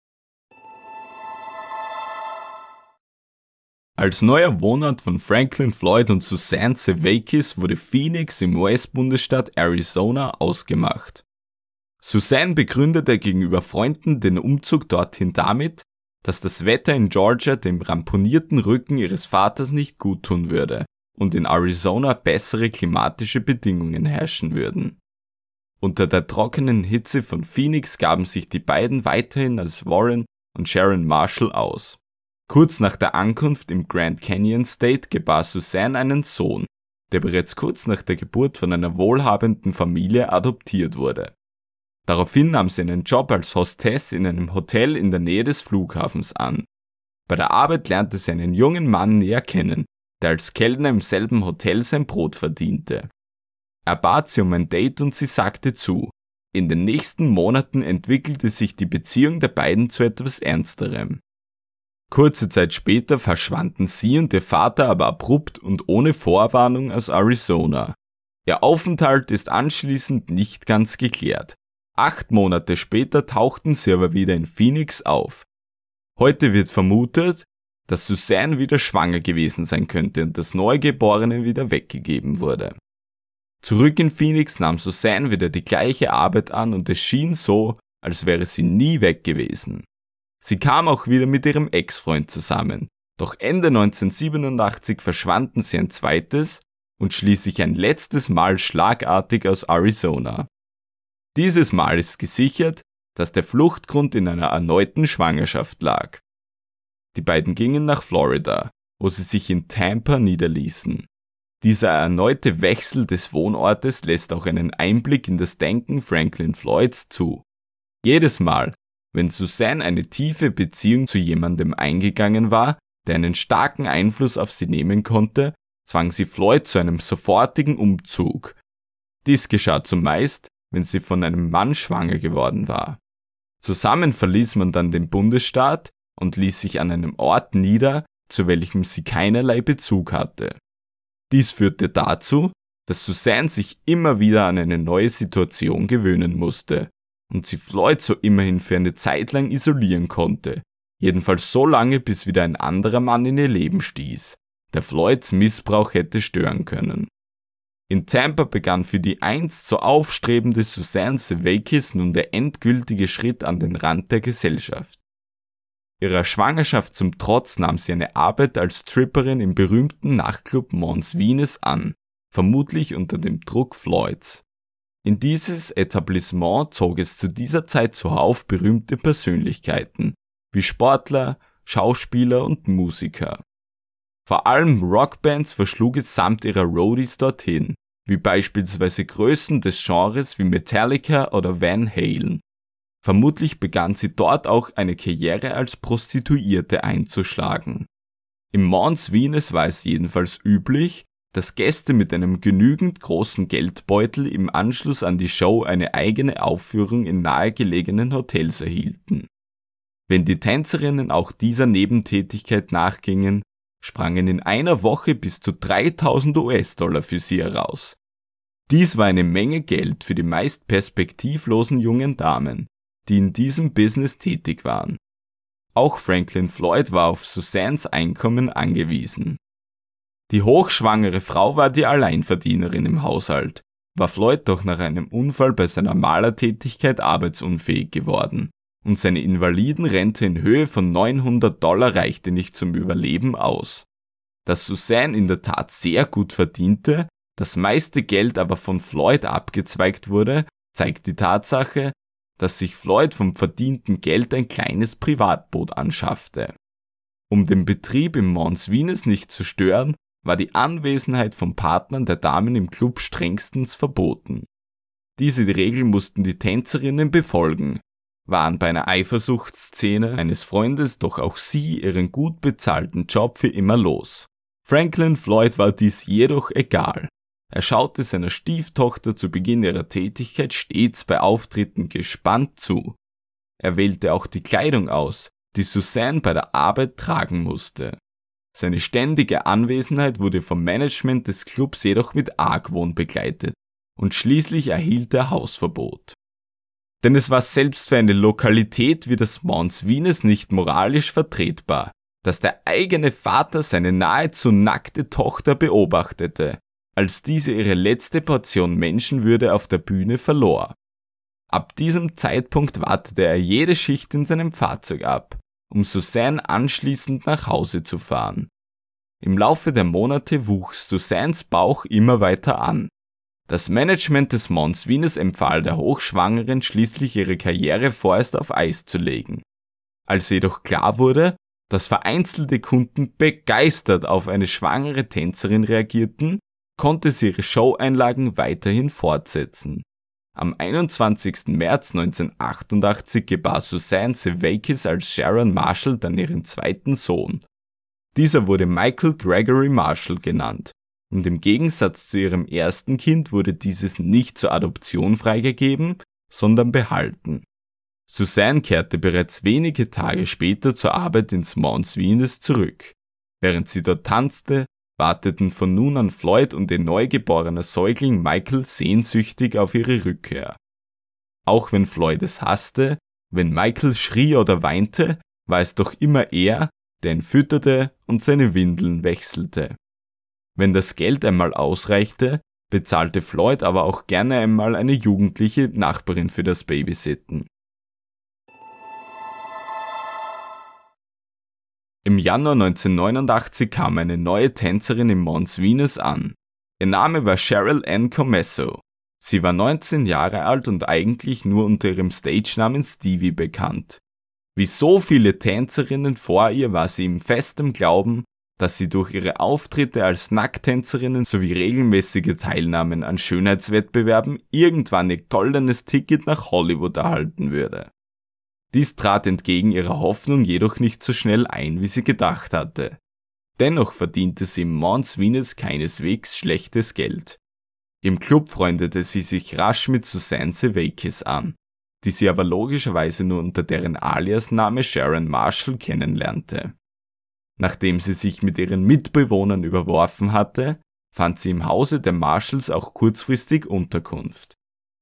Als neuer Wohnort von Franklin Floyd und Suzanne Sevakis wurde Phoenix im U S-Bundesstaat Arizona ausgemacht. Suzanne begründete gegenüber Freunden den Umzug dorthin damit, dass das Wetter in Georgia dem ramponierten Rücken ihres Vaters nicht guttun würde und in Arizona bessere klimatische Bedingungen herrschen würden. Unter der trockenen Hitze von Phoenix gaben sich die beiden weiterhin als Warren und Sharon Marshall aus. Kurz nach der Ankunft im Grand Canyon State gebar Suzanne einen Sohn, der bereits kurz nach der Geburt von einer wohlhabenden Familie adoptiert wurde. Daraufhin nahm sie einen Job als Hostess in einem Hotel in der Nähe des Flughafens an. Bei der Arbeit lernte sie einen jungen Mann näher kennen, der als Kellner im selben Hotel sein Brot verdiente. Er bat sie um ein Date und sie sagte zu. In den nächsten Monaten entwickelte sich die Beziehung der beiden zu etwas Ernsterem. Kurze Zeit später verschwanden sie und ihr Vater aber abrupt und ohne Vorwarnung aus Arizona. Ihr Aufenthalt ist anschließend nicht ganz geklärt. Acht Monate später tauchten sie aber wieder in Phoenix auf. Heute wird vermutet, dass Suzanne wieder schwanger gewesen sein könnte und das Neugeborene wieder weggegeben wurde. Zurück in Phoenix nahm Suzanne wieder die gleiche Arbeit an und es schien so, als wäre sie nie weg gewesen. Sie kam auch wieder mit ihrem Ex-Freund zusammen, Doch Ende neunzehnhundertsiebenundachtzig verschwanden sie ein zweites und schließlich ein letztes Mal schlagartig aus Arizona. Dieses Mal ist gesichert, dass der Fluchtgrund in einer erneuten Schwangerschaft lag. Die beiden gingen nach Florida, wo sie sich in Tampa niederließen. Dieser erneute Wechsel des Wohnortes lässt auch einen Einblick in das Denken Franklin Floyds zu. Jedes Mal, wenn Suzanne eine tiefe Beziehung zu jemandem eingegangen war, der einen starken Einfluss auf sie nehmen konnte, zwang sie Floyd zu einem sofortigen Umzug. Dies geschah zumeist, wenn sie von einem Mann schwanger geworden war. Zusammen verließ man dann den Bundesstaat und ließ sich an einem Ort nieder, zu welchem sie keinerlei Bezug hatte. Dies führte dazu, dass Suzanne sich immer wieder an eine neue Situation gewöhnen musste und sie Floyd so immerhin für eine Zeit lang isolieren konnte, jedenfalls so lange, bis wieder ein anderer Mann in ihr Leben stieß, der Floyds Missbrauch hätte stören können. In Tampa begann für die einst so aufstrebende Suzanne Sevakis nun der endgültige Schritt an den Rand der Gesellschaft. Ihrer Schwangerschaft zum Trotz nahm sie eine Arbeit als Stripperin im berühmten Nachtclub Mons Venus an, vermutlich unter dem Druck Floyds. In dieses Etablissement zog es zu dieser Zeit zuhauf berühmte Persönlichkeiten, wie Sportler, Schauspieler und Musiker. Vor allem Rockbands verschlug es samt ihrer Roadies dorthin, wie beispielsweise Größen des Genres wie Metallica oder Van Halen. Vermutlich begann sie dort auch eine Karriere als Prostituierte einzuschlagen. Im Mons Venus war es jedenfalls üblich, dass Gäste mit einem genügend großen Geldbeutel im Anschluss an die Show eine eigene Aufführung in nahegelegenen Hotels erhielten. Wenn die Tänzerinnen auch dieser Nebentätigkeit nachgingen, sprangen in einer Woche bis zu dreitausend US-Dollar für sie heraus. Dies war eine Menge Geld für die meist perspektivlosen jungen Damen, die in diesem Business tätig waren. Auch Franklin Floyd war auf Suzannes Einkommen angewiesen. Die hochschwangere Frau war die Alleinverdienerin im Haushalt, war Floyd doch nach einem Unfall bei seiner Malertätigkeit arbeitsunfähig geworden und seine Invalidenrente in Höhe von neunhundert Dollar reichte nicht zum Überleben aus. Dass Suzanne in der Tat sehr gut verdiente, das meiste Geld aber von Floyd abgezweigt wurde, zeigt die Tatsache, dass sich Floyd vom verdienten Geld ein kleines Privatboot anschaffte. Um den Betrieb im Mons Venus nicht zu stören, war die Anwesenheit von Partnern der Damen im Club strengstens verboten. Diese Regel mussten die Tänzerinnen befolgen, waren bei einer Eifersuchtsszene eines Freundes doch auch sie ihren gut bezahlten Job für immer los. Franklin Floyd war dies jedoch egal. Er schaute seiner Stieftochter zu Beginn ihrer Tätigkeit stets bei Auftritten gespannt zu. Er wählte auch die Kleidung aus, die Suzanne bei der Arbeit tragen musste. Seine ständige Anwesenheit wurde vom Management des Clubs jedoch mit Argwohn begleitet und schließlich erhielt er Hausverbot. Denn es war selbst für eine Lokalität wie das Mons Venus nicht moralisch vertretbar, dass der eigene Vater seine nahezu nackte Tochter beobachtete, als diese ihre letzte Portion Menschenwürde auf der Bühne verlor. Ab diesem Zeitpunkt wartete er jede Schicht in seinem Fahrzeug ab, um Suzanne anschließend nach Hause zu fahren. Im Laufe der Monate wuchs Suzannes Bauch immer weiter an. Das Management des Mons Venus empfahl der Hochschwangeren schließlich ihre Karriere vorerst auf Eis zu legen. Als jedoch klar wurde, dass vereinzelte Kunden begeistert auf eine schwangere Tänzerin reagierten, konnte sie ihre Showeinlagen weiterhin fortsetzen. Am einundzwanzigsten März neunzehnhundertachtundachtzig gebar Suzanne Sevakis als Sharon Marshall dann ihren zweiten Sohn. Dieser wurde Michael Gregory Marshall genannt, und im Gegensatz zu ihrem ersten Kind wurde dieses nicht zur Adoption freigegeben, sondern behalten. Suzanne kehrte bereits wenige Tage später zur Arbeit ins Mons Venus zurück. Während sie dort tanzte, warteten von nun an Floyd und ihr neugeborener Säugling Michael sehnsüchtig auf ihre Rückkehr. Auch wenn Floyd es hasste, wenn Michael schrie oder weinte, war es doch immer er, der ihn fütterte und seine Windeln wechselte. Wenn das Geld einmal ausreichte, bezahlte Floyd aber auch gerne einmal eine jugendliche Nachbarin für das Babysitten. Im Januar neunzehnhundertneunundachtzig kam eine neue Tänzerin im Mons Venus an. Ihr Name war Cheryl Ann Commesso. Sie war neunzehn Jahre alt und eigentlich nur unter ihrem Stage-Namen Stevie bekannt. Wie so viele Tänzerinnen vor ihr war sie im festem Glauben, dass sie durch ihre Auftritte als Nackttänzerinnen sowie regelmäßige Teilnahmen an Schönheitswettbewerben irgendwann ihr goldenes Ticket nach Hollywood erhalten würde. Dies trat entgegen ihrer Hoffnung jedoch nicht so schnell ein, wie sie gedacht hatte. Dennoch verdiente sie im Mons Venus keineswegs schlechtes Geld. Im Club freundete sie sich rasch mit Suzanne Sevakis an, die sie aber logischerweise nur unter deren Aliasname Sharon Marshall kennenlernte. Nachdem sie sich mit ihren Mitbewohnern überworfen hatte, fand sie im Hause der Marshalls auch kurzfristig Unterkunft.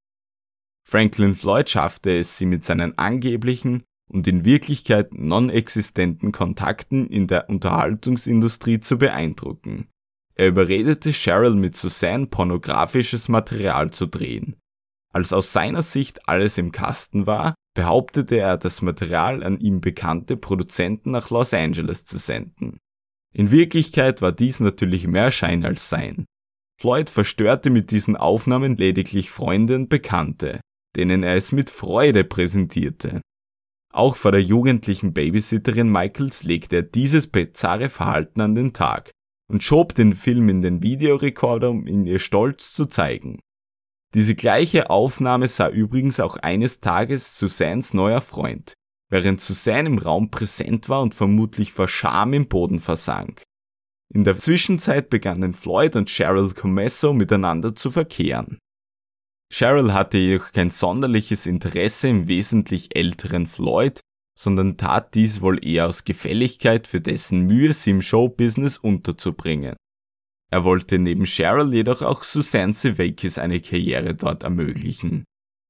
Franklin Floyd schaffte es, sie mit seinen angeblichen und in Wirklichkeit non-existenten Kontakten in der Unterhaltungsindustrie zu beeindrucken. Er überredete Cheryl, mit Suzanne pornografisches Material zu drehen. Als aus seiner Sicht alles im Kasten war, behauptete er, das Material an ihm bekannte Produzenten nach Los Angeles zu senden. In Wirklichkeit war dies natürlich mehr Schein als Sein. Floyd verstörte mit diesen Aufnahmen lediglich Freunde und Bekannte, denen er es mit Freude präsentierte. Auch vor der jugendlichen Babysitterin Michaels legte er dieses bizarre Verhalten an den Tag und schob den Film in den Videorekorder, um ihn ihr stolz zu zeigen. Diese gleiche Aufnahme sah übrigens auch eines Tages Suzannes neuer Freund, während Suzanne im Raum präsent war und vermutlich vor Scham im Boden versank. In der Zwischenzeit begannen Floyd und Cheryl Commesso miteinander zu verkehren. Cheryl hatte jedoch kein sonderliches Interesse im wesentlich älteren Floyd, sondern tat dies wohl eher aus Gefälligkeit für dessen Mühe, sie im Showbusiness unterzubringen. Er wollte neben Cheryl jedoch auch Suzanne Sevakis eine Karriere dort ermöglichen.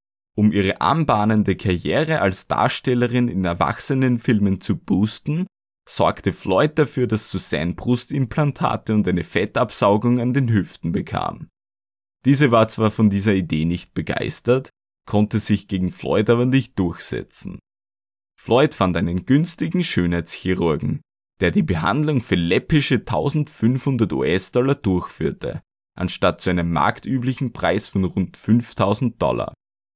Um ihre anbahnende Karriere als Darstellerin in Erwachsenenfilmen zu boosten, sorgte Floyd dafür, dass Suzanne Brustimplantate und eine Fettabsaugung an den Hüften bekam. Diese war zwar von dieser Idee nicht begeistert, konnte sich gegen Floyd aber nicht durchsetzen. Floyd fand einen günstigen Schönheitschirurgen, der die Behandlung für läppische eintausendfünfhundert US-Dollar durchführte, anstatt zu einem marktüblichen Preis von rund fünftausend Dollar.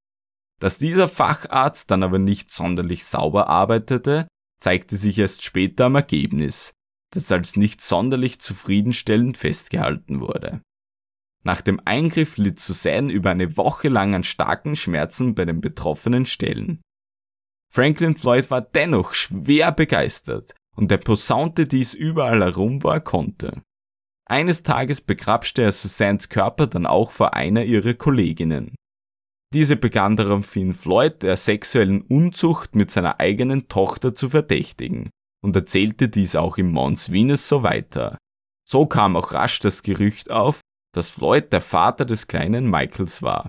Dass dieser Facharzt dann aber nicht sonderlich sauber arbeitete, zeigte sich erst später am Ergebnis, das als nicht sonderlich zufriedenstellend festgehalten wurde. Nach dem Eingriff litt Suzanne über eine Woche lang an starken Schmerzen bei den betroffenen Stellen. Franklin Floyd war dennoch schwer begeistert und er posaunte dies überall herum, wo er konnte. Eines Tages begrapschte er Suzannes Körper dann auch vor einer ihrer Kolleginnen. Diese begann daraufhin Floyd der sexuellen Unzucht mit seiner eigenen Tochter zu verdächtigen und erzählte dies auch im Mons Venus so weiter. So kam auch rasch das Gerücht auf, dass Floyd der Vater des kleinen Michaels war.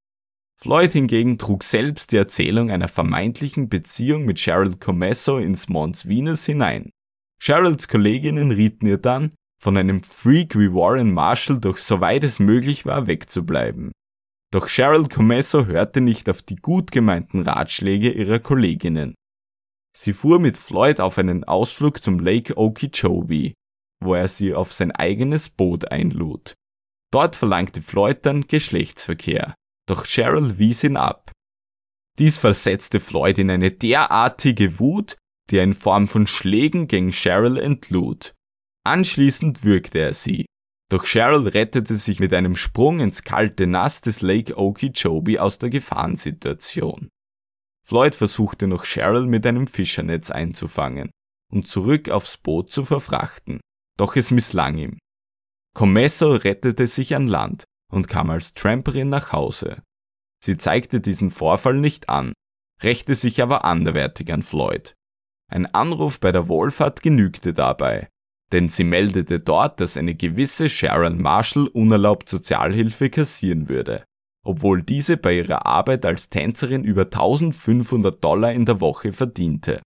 Floyd hingegen trug selbst die Erzählung einer vermeintlichen Beziehung mit Cheryl Commesso ins Mons Venus hinein. Cheryls Kolleginnen rieten ihr dann, von einem Freak wie Warren Marshall doch soweit es möglich war wegzubleiben. Doch Cheryl Commesso hörte nicht auf die gut gemeinten Ratschläge ihrer Kolleginnen. Sie fuhr mit Floyd auf einen Ausflug zum Lake Okeechobee, wo er sie auf sein eigenes Boot einlud. Dort verlangte Floyd dann Geschlechtsverkehr, doch Cheryl wies ihn ab. Dies versetzte Floyd in eine derartige Wut, die er in Form von Schlägen gegen Cheryl entlud. Anschließend würgte er sie, doch Cheryl rettete sich mit einem Sprung ins kalte Nass des Lake Okeechobee aus der Gefahrensituation. Floyd versuchte noch Cheryl mit einem Fischernetz einzufangen und zurück aufs Boot zu verfrachten, doch es misslang ihm. Commesso rettete sich an Land und kam als Tramperin nach Hause. Sie zeigte diesen Vorfall nicht an, rächte sich aber anderweitig an Floyd. Ein Anruf bei der Wohlfahrt genügte dabei, denn sie meldete dort, dass eine gewisse Sharon Marshall unerlaubt Sozialhilfe kassieren würde, obwohl diese bei ihrer Arbeit als Tänzerin über eintausendfünfhundert Dollar in der Woche verdiente.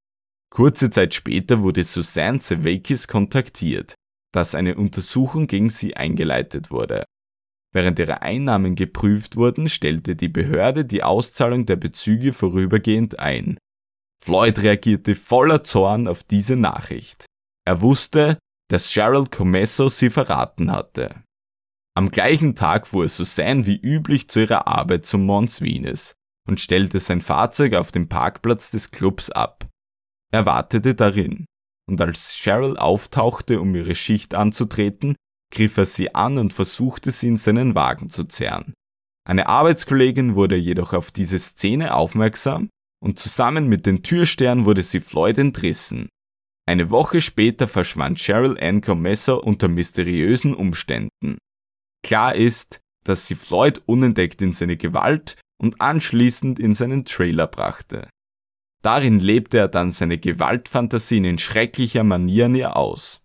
Kurze Zeit später wurde Suzanne Sevakis kontaktiert, dass eine Untersuchung gegen sie eingeleitet wurde. Während ihre Einnahmen geprüft wurden, stellte die Behörde die Auszahlung der Bezüge vorübergehend ein. Floyd reagierte voller Zorn auf diese Nachricht. Er wusste, dass Cheryl Commesso sie verraten hatte. Am gleichen Tag fuhr Suzanne wie üblich zu ihrer Arbeit zum Mons Venus und stellte sein Fahrzeug auf dem Parkplatz des Clubs ab. Er wartete darin, und als Cheryl auftauchte, um ihre Schicht anzutreten, griff er sie an und versuchte sie in seinen Wagen zu zerren. Eine Arbeitskollegin wurde jedoch auf diese Szene aufmerksam und zusammen mit den Türstern wurde sie Floyd entrissen. Eine Woche später verschwand Cheryl Ann Commesso unter mysteriösen Umständen. Klar ist, dass sie Floyd unentdeckt in seine Gewalt und anschließend in seinen Trailer brachte. Darin lebte er dann seine Gewaltfantasien in schrecklicher Manier an ihr aus.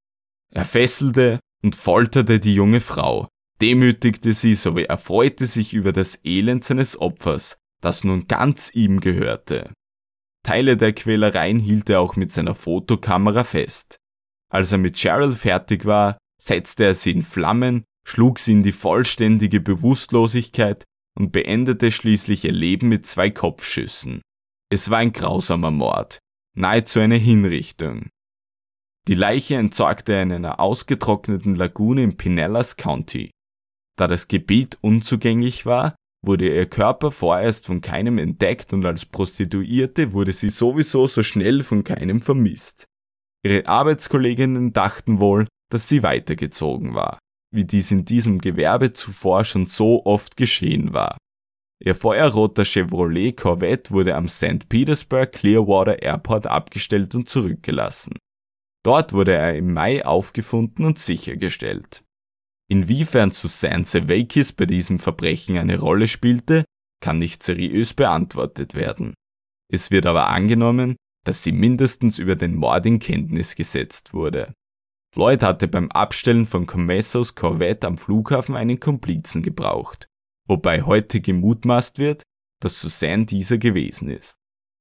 Er fesselte und folterte die junge Frau, demütigte sie sowie erfreute sich über das Elend seines Opfers, das nun ganz ihm gehörte. Teile der Quälereien hielt er auch mit seiner Fotokamera fest. Als er mit Cheryl fertig war, setzte er sie in Flammen, schlug sie in die vollständige Bewusstlosigkeit und beendete schließlich ihr Leben mit zwei Kopfschüssen. Es war ein grausamer Mord, nahezu eine Hinrichtung. Die Leiche entsorgte er in einer ausgetrockneten Lagune im Pinellas County. Da das Gebiet unzugänglich war, wurde ihr Körper vorerst von keinem entdeckt und als Prostituierte wurde sie sowieso so schnell von keinem vermisst. Ihre Arbeitskolleginnen dachten wohl, dass sie weitergezogen war, wie dies in diesem Gewerbe zuvor schon so oft geschehen war. Ihr feuerroter Chevrolet Corvette wurde am Sankt Petersburg Clearwater Airport abgestellt und zurückgelassen. Dort wurde er im Mai aufgefunden und sichergestellt. Inwiefern Suzanne Sevakis bei diesem Verbrechen eine Rolle spielte, kann nicht seriös beantwortet werden. Es wird aber angenommen, dass sie mindestens über den Mord in Kenntnis gesetzt wurde. Floyd hatte beim Abstellen von Comessos Corvette am Flughafen einen Komplizen gebraucht, wobei heute gemutmaßt wird, dass Suzanne dieser gewesen ist.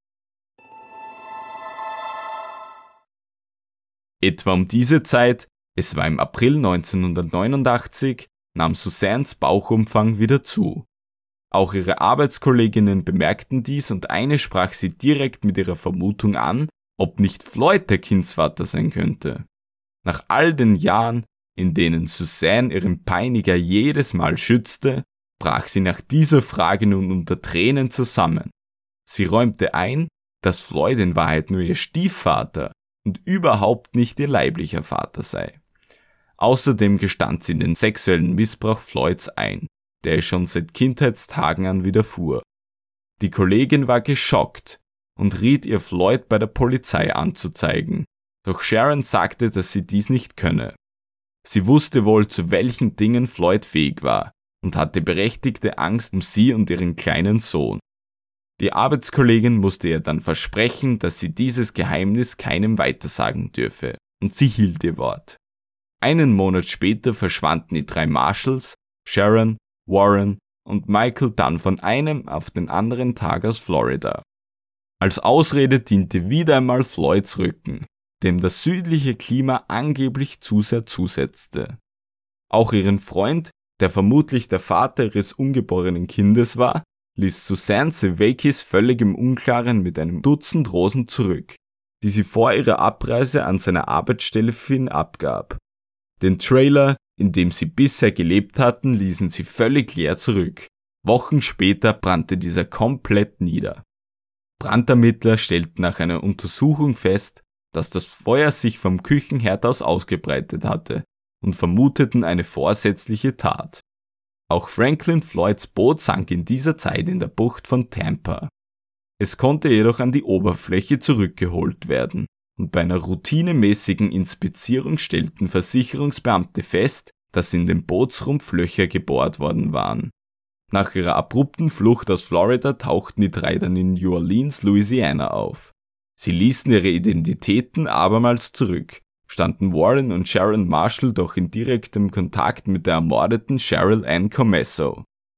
Etwa um diese Zeit, es war im April neunzehnhundertneunundachtzig, nahm Suzannes Bauchumfang wieder zu. Auch ihre Arbeitskolleginnen bemerkten dies und eine sprach sie direkt mit ihrer Vermutung an, ob nicht Floyd der Kindsvater sein könnte. Nach all den Jahren, in denen Suzanne ihren Peiniger jedes Mal schützte, brach sie nach dieser Frage nun unter Tränen zusammen. Sie räumte ein, dass Floyd in Wahrheit nur ihr Stiefvater und überhaupt nicht ihr leiblicher Vater sei. Außerdem gestand sie den sexuellen Missbrauch Floyds ein, der ihr schon seit Kindheitstagen an widerfuhr. Die Kollegin war geschockt und riet ihr, Floyd bei der Polizei anzuzeigen, doch Sharon sagte, dass sie dies nicht könne. Sie wusste wohl, zu welchen Dingen Floyd fähig war und hatte berechtigte Angst um sie und ihren kleinen Sohn. Die Arbeitskollegin musste ihr dann versprechen, dass sie dieses Geheimnis keinem weitersagen dürfe, und sie hielt ihr Wort. Einen Monat später verschwanden die drei Marshals, Sharon, Warren und Michael dann von einem auf den anderen Tag aus Florida. Als Ausrede diente wieder einmal Floyds Rücken, dem das südliche Klima angeblich zu sehr zusetzte. Auch ihren Freund, der vermutlich der Vater ihres ungeborenen Kindes war, ließ Suzanne Sevakis völlig im Unklaren mit einem Dutzend Rosen zurück, die sie vor ihrer Abreise an seiner Arbeitsstelle für ihn abgab. Den Trailer, in dem sie bisher gelebt hatten, ließen sie völlig leer zurück. Wochen später brannte dieser komplett nieder. Brandermittler stellten nach einer Untersuchung fest, dass das Feuer sich vom Küchenherd aus ausgebreitet hatte und vermuteten eine vorsätzliche Tat. Auch Franklin Floyds Boot sank in dieser Zeit in der Bucht von Tampa. Es konnte jedoch an die Oberfläche zurückgeholt werden, und bei einer routinemäßigen Inspizierung stellten Versicherungsbeamte fest, dass in dem Bootsrumpf Löcher gebohrt worden waren. Nach ihrer abrupten Flucht aus Florida tauchten die drei dann in New Orleans, Louisiana auf. Sie ließen ihre Identitäten abermals zurück, standen Warren und Sharon Marshall doch in direktem Kontakt mit der ermordeten Cheryl Ann Commesso.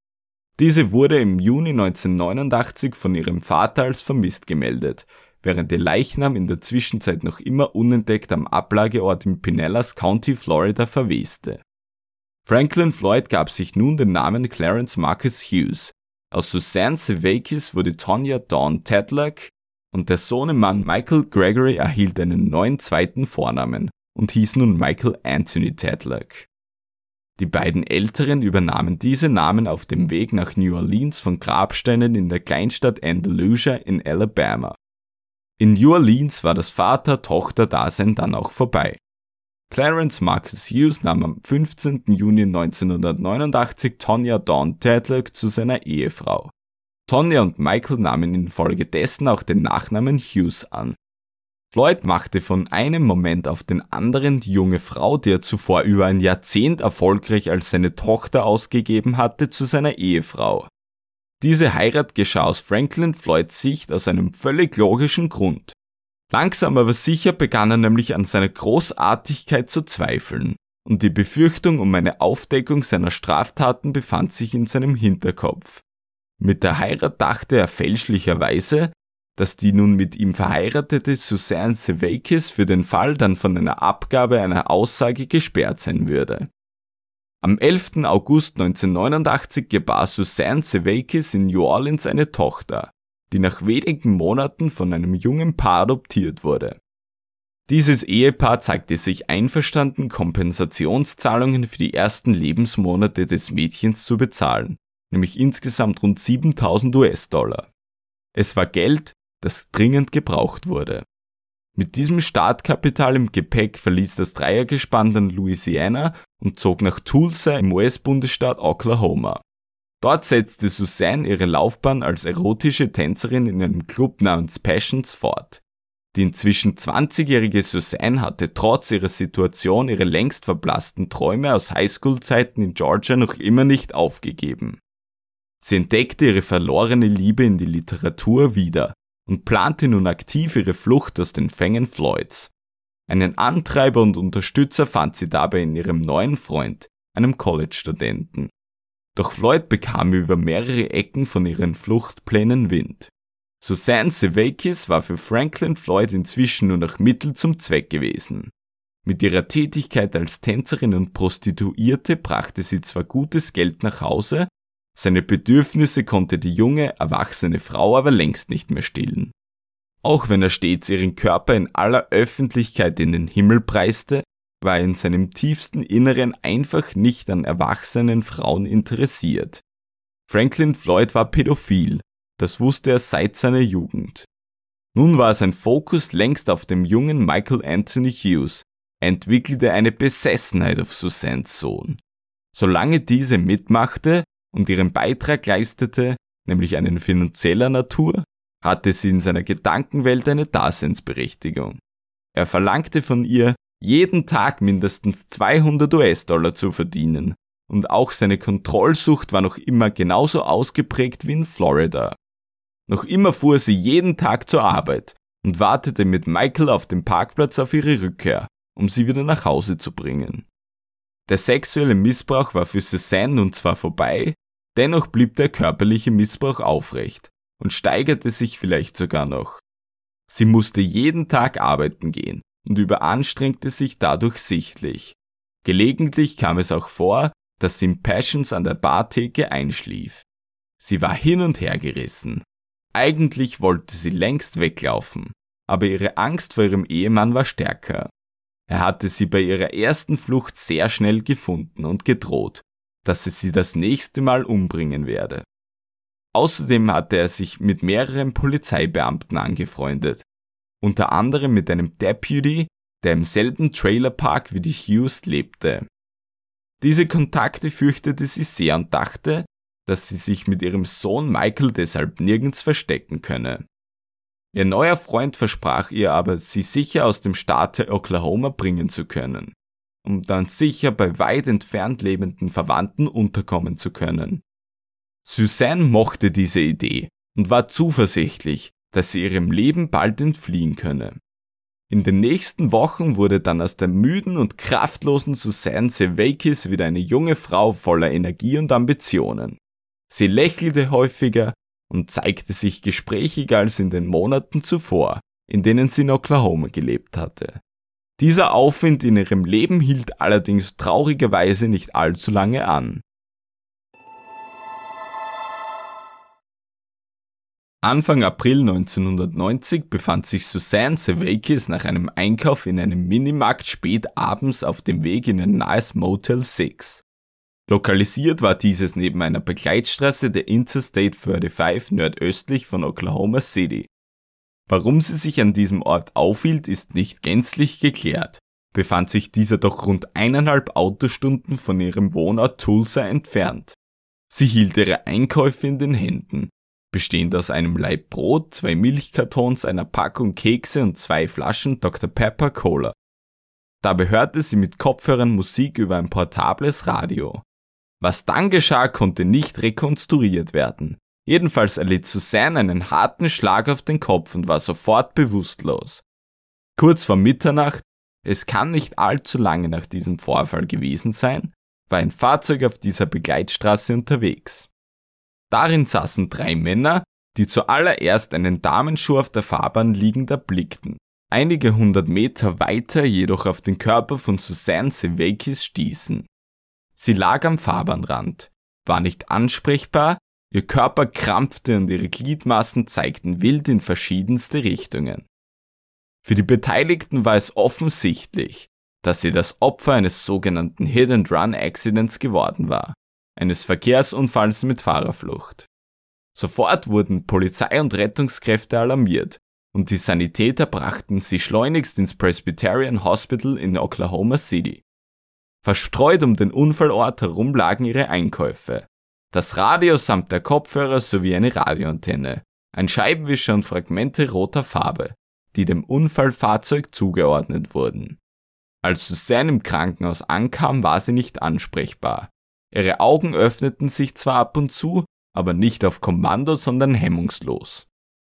Diese wurde im Juni neunzehnhundertneunundachtzig von ihrem Vater als vermisst gemeldet, während ihr Leichnam in der Zwischenzeit noch immer unentdeckt am Ablageort im Pinellas County, Florida, verweste. Franklin Floyd gab sich nun den Namen Clarence Marcus Hughes. Aus Suzanne Sevakis wurde Tonya Dawn Tedlock und der Sohnemann Michael Gregory erhielt einen neuen zweiten Vornamen und hieß nun Michael Anthony Tedlock. Die beiden Älteren übernahmen diese Namen auf dem Weg nach New Orleans von Grabsteinen in der Kleinstadt Andalusia in Alabama. In New Orleans war das Vater-Tochter-Dasein dann auch vorbei. Clarence Marcus Hughes nahm am fünfzehnten Juni neunzehnhundertneunundachtzig Tonya Dawn Tedlock zu seiner Ehefrau. Tonya und Michael nahmen infolgedessen auch den Nachnamen Hughes an. Floyd machte von einem Moment auf den anderen die junge Frau, die er zuvor über ein Jahrzehnt erfolgreich als seine Tochter ausgegeben hatte, zu seiner Ehefrau. Diese Heirat geschah aus Franklin Floyds Sicht aus einem völlig logischen Grund. Langsam aber sicher begann er nämlich an seiner Großartigkeit zu zweifeln, und die Befürchtung um eine Aufdeckung seiner Straftaten befand sich in seinem Hinterkopf. Mit der Heirat dachte er fälschlicherweise, dass die nun mit ihm verheiratete Suzanne Sevakis für den Fall dann von einer Abgabe einer Aussage gesperrt sein würde. Am elften August neunzehnhundertneunundachtzig gebar Suzanne Sevakis in New Orleans eine Tochter, die nach wenigen Monaten von einem jungen Paar adoptiert wurde. Dieses Ehepaar zeigte sich einverstanden, Kompensationszahlungen für die ersten Lebensmonate des Mädchens zu bezahlen, nämlich insgesamt rund siebentausend US-Dollar. Es war Geld, das dringend gebraucht wurde. Mit diesem Startkapital im Gepäck verließ das Dreiergespann dann Louisiana und zog nach Tulsa im U S-Bundesstaat Oklahoma. Dort setzte Suzanne ihre Laufbahn als erotische Tänzerin in einem Club namens Passions fort. Die inzwischen zwanzigjährige Suzanne hatte trotz ihrer Situation ihre längst verblassten Träume aus Highschool-Zeiten in Georgia noch immer nicht aufgegeben. Sie entdeckte ihre verlorene Liebe in die Literatur wieder und plante nun aktiv ihre Flucht aus den Fängen Floyds. Einen Antreiber und Unterstützer fand sie dabei in ihrem neuen Freund, einem College-Studenten. Doch Floyd bekam über mehrere Ecken von ihren Fluchtplänen Wind. Suzanne Sevakis war für Franklin Floyd inzwischen nur noch Mittel zum Zweck gewesen. Mit ihrer Tätigkeit als Tänzerin und Prostituierte brachte sie zwar gutes Geld nach Hause, seine Bedürfnisse konnte die junge, erwachsene Frau aber längst nicht mehr stillen. Auch wenn er stets ihren Körper in aller Öffentlichkeit in den Himmel preiste, war er in seinem tiefsten Inneren einfach nicht an erwachsenen Frauen interessiert. Franklin Floyd war pädophil, das wusste er seit seiner Jugend. Nun war sein Fokus längst auf dem jungen Michael Anthony Hughes. Er entwickelte eine Besessenheit auf Suzannes Sohn. Solange diese mitmachte und ihren Beitrag leistete, nämlich einen finanzieller Natur, hatte sie in seiner Gedankenwelt eine Daseinsberechtigung. Er verlangte von ihr, jeden Tag mindestens zweihundert US-Dollar zu verdienen, und auch seine Kontrollsucht war noch immer genauso ausgeprägt wie in Florida. Noch immer fuhr sie jeden Tag zur Arbeit und wartete mit Michael auf dem Parkplatz auf ihre Rückkehr, um sie wieder nach Hause zu bringen. Der sexuelle Missbrauch war für Suzanne nun zwar vorbei, dennoch blieb der körperliche Missbrauch aufrecht und steigerte sich vielleicht sogar noch. Sie musste jeden Tag arbeiten gehen und überanstrengte sich dadurch sichtlich. Gelegentlich kam es auch vor, dass sie in Passions an der Bartheke einschlief. Sie war hin und her gerissen. Eigentlich wollte sie längst weglaufen, aber ihre Angst vor ihrem Ehemann war stärker. Er hatte sie bei ihrer ersten Flucht sehr schnell gefunden und gedroht, dass er sie das nächste Mal umbringen werde. Außerdem hatte er sich mit mehreren Polizeibeamten angefreundet, unter anderem mit einem Deputy, der im selben Trailerpark wie die Hughes lebte. Diese Kontakte fürchtete sie sehr und dachte, dass sie sich mit ihrem Sohn Michael deshalb nirgends verstecken könne. Ihr neuer Freund versprach ihr aber, sie sicher aus dem Staate Oklahoma bringen zu können, um dann sicher bei weit entfernt lebenden Verwandten unterkommen zu können. Suzanne mochte diese Idee und war zuversichtlich, dass sie ihrem Leben bald entfliehen könne. In den nächsten Wochen wurde dann aus der müden und kraftlosen Suzanne Sevakis wieder eine junge Frau voller Energie und Ambitionen. Sie lächelte häufiger und zeigte sich gesprächiger als in den Monaten zuvor, in denen sie in Oklahoma gelebt hatte. Dieser Aufwind in ihrem Leben hielt allerdings traurigerweise nicht allzu lange an. Anfang April neunzehnhundertneunzig befand sich Suzanne Sevakis nach einem Einkauf in einem Minimarkt spät abends auf dem Weg in ein nahes Motel sechs. Lokalisiert war dieses neben einer Begleitstraße der Interstate fünfundzwanzig nordöstlich von Oklahoma City. Warum sie sich an diesem Ort aufhielt, ist nicht gänzlich geklärt, befand sich dieser doch rund eineinhalb Autostunden von ihrem Wohnort Tulsa entfernt. Sie hielt ihre Einkäufe in den Händen, bestehend aus einem Laib Brot, zwei Milchkartons, einer Packung Kekse und zwei Flaschen Doktor Pepper Cola. Dabei hörte sie mit Kopfhörern Musik über ein portables Radio. Was dann geschah, konnte nicht rekonstruiert werden. Jedenfalls erlitt Suzanne einen harten Schlag auf den Kopf und war sofort bewusstlos. Kurz vor Mitternacht, es kann nicht allzu lange nach diesem Vorfall gewesen sein, war ein Fahrzeug auf dieser Begleitstraße unterwegs. Darin saßen drei Männer, die zuallererst einen Damenschuh auf der Fahrbahn liegend erblickten, einige hundert Meter weiter jedoch auf den Körper von Suzanne Sevakis stießen. Sie lag am Fahrbahnrand, war nicht ansprechbar, ihr Körper krampfte und ihre Gliedmaßen zeigten wild in verschiedenste Richtungen. Für die Beteiligten war es offensichtlich, dass sie das Opfer eines sogenannten Hit-and-Run-Accidents geworden war, eines Verkehrsunfalls mit Fahrerflucht. Sofort wurden Polizei und Rettungskräfte alarmiert und die Sanitäter brachten sie schleunigst ins Presbyterian Hospital in Oklahoma City. Verstreut um den Unfallort herum lagen ihre Einkäufe, das Radio samt der Kopfhörer sowie eine Radioantenne, ein Scheibenwischer und Fragmente roter Farbe, die dem Unfallfahrzeug zugeordnet wurden. Als Suzanne im Krankenhaus ankam, war sie nicht ansprechbar. Ihre Augen öffneten sich zwar ab und zu, aber nicht auf Kommando, sondern hemmungslos.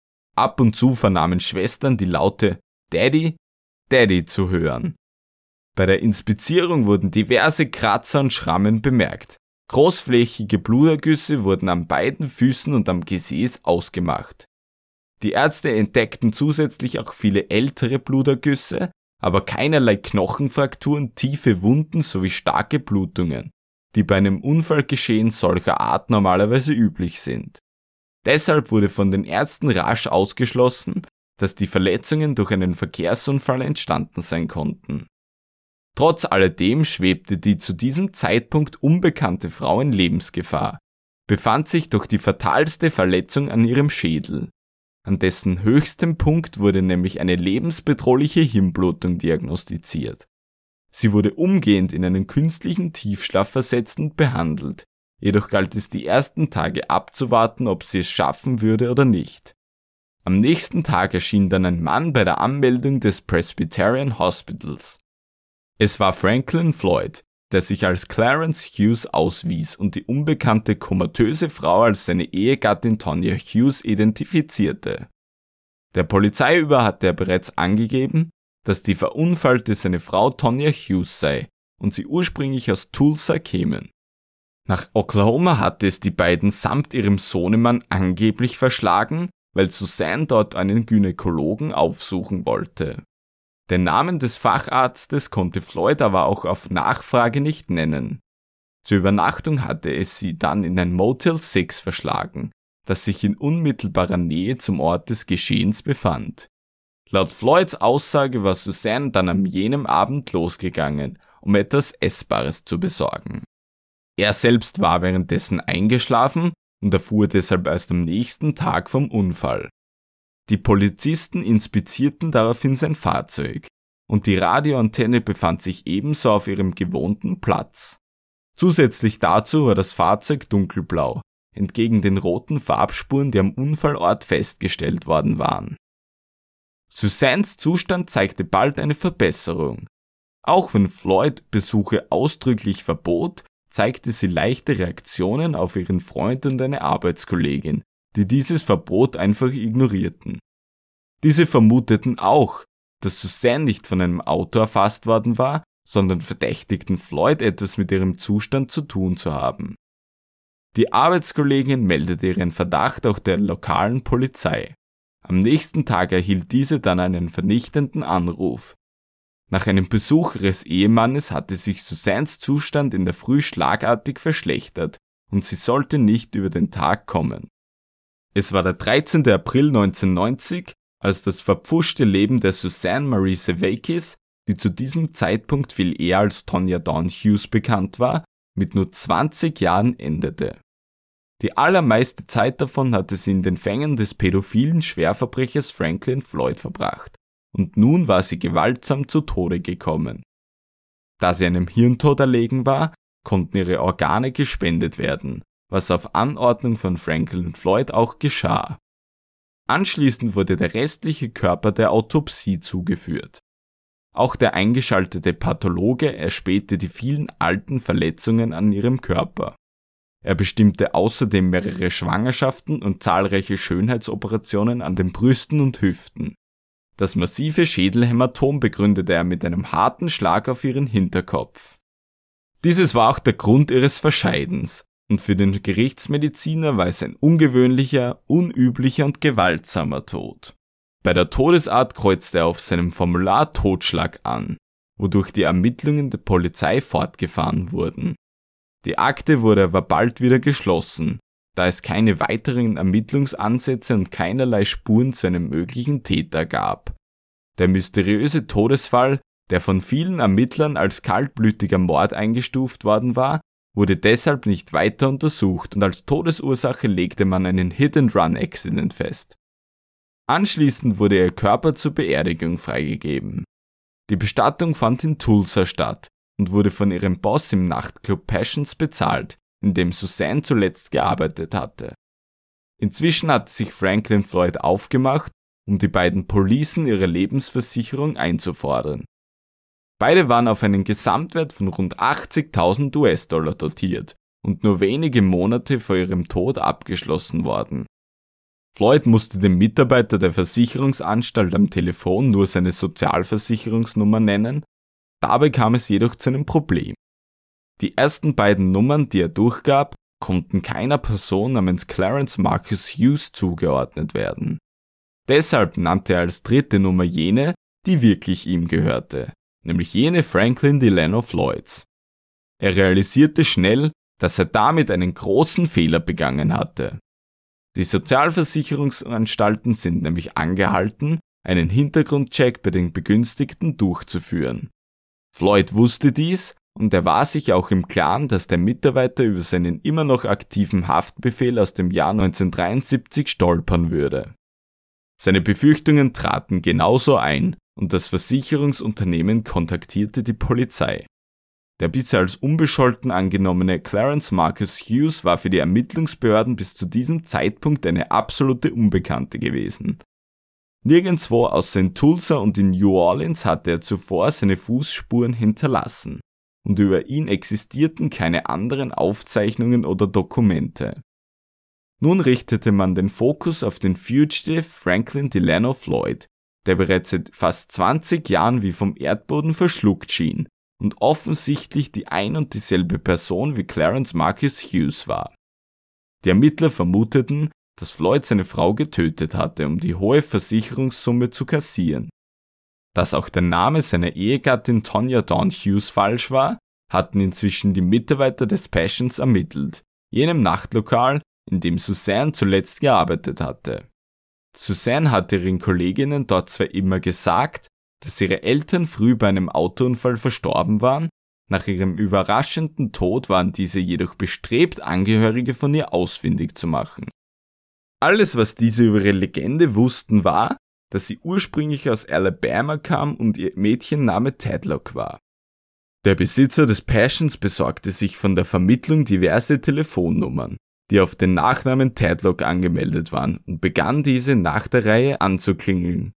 Ab und zu vernahmen Schwestern die Laute »Daddy, Daddy« zu hören. Bei der Inspizierung wurden diverse Kratzer und Schrammen bemerkt. Großflächige Blutergüsse wurden an beiden Füßen und am Gesäß ausgemacht. Die Ärzte entdeckten zusätzlich auch viele ältere Blutergüsse, aber keinerlei Knochenfrakturen, tiefe Wunden sowie starke Blutungen, die bei einem Unfallgeschehen solcher Art normalerweise üblich sind. Deshalb wurde von den Ärzten rasch ausgeschlossen, dass die Verletzungen durch einen Verkehrsunfall entstanden sein konnten. Trotz alledem schwebte die zu diesem Zeitpunkt unbekannte Frau in Lebensgefahr, befand sich durch die fatalste Verletzung an ihrem Schädel. An dessen höchstem Punkt wurde nämlich eine lebensbedrohliche Hirnblutung diagnostiziert. Sie wurde umgehend in einen künstlichen Tiefschlaf versetzt und behandelt, jedoch galt es die ersten Tage abzuwarten, ob sie es schaffen würde oder nicht. Am nächsten Tag erschien dann ein Mann bei der Anmeldung des Presbyterian Hospitals. Es war Franklin Floyd, der sich als Clarence Hughes auswies und die unbekannte komatöse Frau als seine Ehegattin Tonya Hughes identifizierte. Der Polizei über hatte er bereits angegeben, dass die Verunfallte seine Frau Tonya Hughes sei und sie ursprünglich aus Tulsa kämen. Nach Oklahoma hatte es die beiden samt ihrem Sohnemann angeblich verschlagen, weil Suzanne dort einen Gynäkologen aufsuchen wollte. Den Namen des Facharztes konnte Floyd aber auch auf Nachfrage nicht nennen. Zur Übernachtung hatte es sie dann in ein Motel sechs verschlagen, das sich in unmittelbarer Nähe zum Ort des Geschehens befand. Laut Floyds Aussage war Suzanne dann an jenem Abend losgegangen, um etwas Essbares zu besorgen. Er selbst war währenddessen eingeschlafen und erfuhr deshalb erst am nächsten Tag vom Unfall. Die Polizisten inspizierten daraufhin sein Fahrzeug und die Radioantenne befand sich ebenso auf ihrem gewohnten Platz. Zusätzlich dazu war das Fahrzeug dunkelblau, entgegen den roten Farbspuren, die am Unfallort festgestellt worden waren. Suzannes Zustand zeigte bald eine Verbesserung. Auch wenn Floyd Besuche ausdrücklich verbot, zeigte sie leichte Reaktionen auf ihren Freund und eine Arbeitskollegin, die dieses Verbot einfach ignorierten. Diese vermuteten auch, dass Suzanne nicht von einem Auto erfasst worden war, sondern verdächtigten Floyd etwas mit ihrem Zustand zu tun zu haben. Die Arbeitskollegin meldete ihren Verdacht auch der lokalen Polizei. Am nächsten Tag erhielt diese dann einen vernichtenden Anruf. Nach einem Besuch ihres Ehemannes hatte sich Suzannes Zustand in der Früh schlagartig verschlechtert und sie sollte nicht über den Tag kommen. Es war der dreizehnte April neunzehnhundertneunzig, als das verpfuschte Leben der Suzanne Marie Sevakis, die zu diesem Zeitpunkt viel eher als Tonya Dawn Hughes bekannt war, mit nur zwanzig Jahren endete. Die allermeiste Zeit davon hatte sie in den Fängen des pädophilen Schwerverbrechers Franklin Floyd verbracht, und nun war sie gewaltsam zu Tode gekommen. Da sie einem Hirntod erlegen war, konnten ihre Organe gespendet werden, was auf Anordnung von Franklin Floyd auch geschah. Anschließend wurde der restliche Körper der Autopsie zugeführt. Auch der eingeschaltete Pathologe erspähte die vielen alten Verletzungen an ihrem Körper. Er bestimmte außerdem mehrere Schwangerschaften und zahlreiche Schönheitsoperationen an den Brüsten und Hüften. Das massive Schädelhämatom begründete er mit einem harten Schlag auf ihren Hinterkopf. Dieses war auch der Grund ihres Verscheidens, und für den Gerichtsmediziner war es ein ungewöhnlicher, unüblicher und gewaltsamer Tod. Bei der Todesart kreuzte er auf seinem Formular Totschlag an, wodurch die Ermittlungen der Polizei fortgefahren wurden. Die Akte wurde aber bald wieder geschlossen, da es keine weiteren Ermittlungsansätze und keinerlei Spuren zu einem möglichen Täter gab. Der mysteriöse Todesfall, der von vielen Ermittlern als kaltblütiger Mord eingestuft worden war, wurde deshalb nicht weiter untersucht und als Todesursache legte man einen Hit-and-Run-Accident fest. Anschließend wurde ihr Körper zur Beerdigung freigegeben. Die Bestattung fand in Tulsa statt und wurde von ihrem Boss im Nachtclub Passions bezahlt, in dem Suzanne zuletzt gearbeitet hatte. Inzwischen hatte sich Franklin Floyd aufgemacht, um die beiden Policen ihre Lebensversicherung einzufordern. Beide waren auf einen Gesamtwert von rund achtzigtausend US-Dollar dotiert und nur wenige Monate vor ihrem Tod abgeschlossen worden. Floyd musste dem Mitarbeiter der Versicherungsanstalt am Telefon nur seine Sozialversicherungsnummer nennen, dabei kam es jedoch zu einem Problem. Die ersten beiden Nummern, die er durchgab, konnten keiner Person namens Clarence Marcus Hughes zugeordnet werden. Deshalb nannte er als dritte Nummer jene, die wirklich ihm gehörte, nämlich jene Franklin Delano Floyds. Er realisierte schnell, dass er damit einen großen Fehler begangen hatte. Die Sozialversicherungsanstalten sind nämlich angehalten, einen Hintergrundcheck bei den Begünstigten durchzuführen. Floyd wusste dies und er war sich auch im Klaren, dass der Mitarbeiter über seinen immer noch aktiven Haftbefehl aus dem Jahr neunzehnhundertdreiundsiebzig stolpern würde. Seine Befürchtungen traten genauso ein und das Versicherungsunternehmen kontaktierte die Polizei. Der bisher als unbescholten angenommene Clarence Marcus Hughes war für die Ermittlungsbehörden bis zu diesem Zeitpunkt eine absolute Unbekannte gewesen. Nirgendwo außer in Tulsa und in New Orleans hatte er zuvor seine Fußspuren hinterlassen, und über ihn existierten keine anderen Aufzeichnungen oder Dokumente. Nun richtete man den Fokus auf den Fugitive Franklin Delano Floyd, der bereits seit fast zwanzig Jahren wie vom Erdboden verschluckt schien und offensichtlich die ein und dieselbe Person wie Clarence Marcus Hughes war. Die Ermittler vermuteten, dass Floyd seine Frau getötet hatte, um die hohe Versicherungssumme zu kassieren. Dass auch der Name seiner Ehegattin Tonya Dawn Hughes falsch war, hatten inzwischen die Mitarbeiter des Passions ermittelt, jenem Nachtlokal, in dem Suzanne zuletzt gearbeitet hatte. Suzanne hatte ihren Kolleginnen dort zwar immer gesagt, dass ihre Eltern früh bei einem Autounfall verstorben waren, nach ihrem überraschenden Tod waren diese jedoch bestrebt, Angehörige von ihr ausfindig zu machen. Alles, was diese über ihre Legende wussten, war, dass sie ursprünglich aus Alabama kam und ihr Mädchenname Tadlock war. Der Besitzer des Passions besorgte sich von der Vermittlung diverse Telefonnummern, die auf den Nachnamen Tadlock angemeldet waren, und begann diese nach der Reihe anzuklingeln.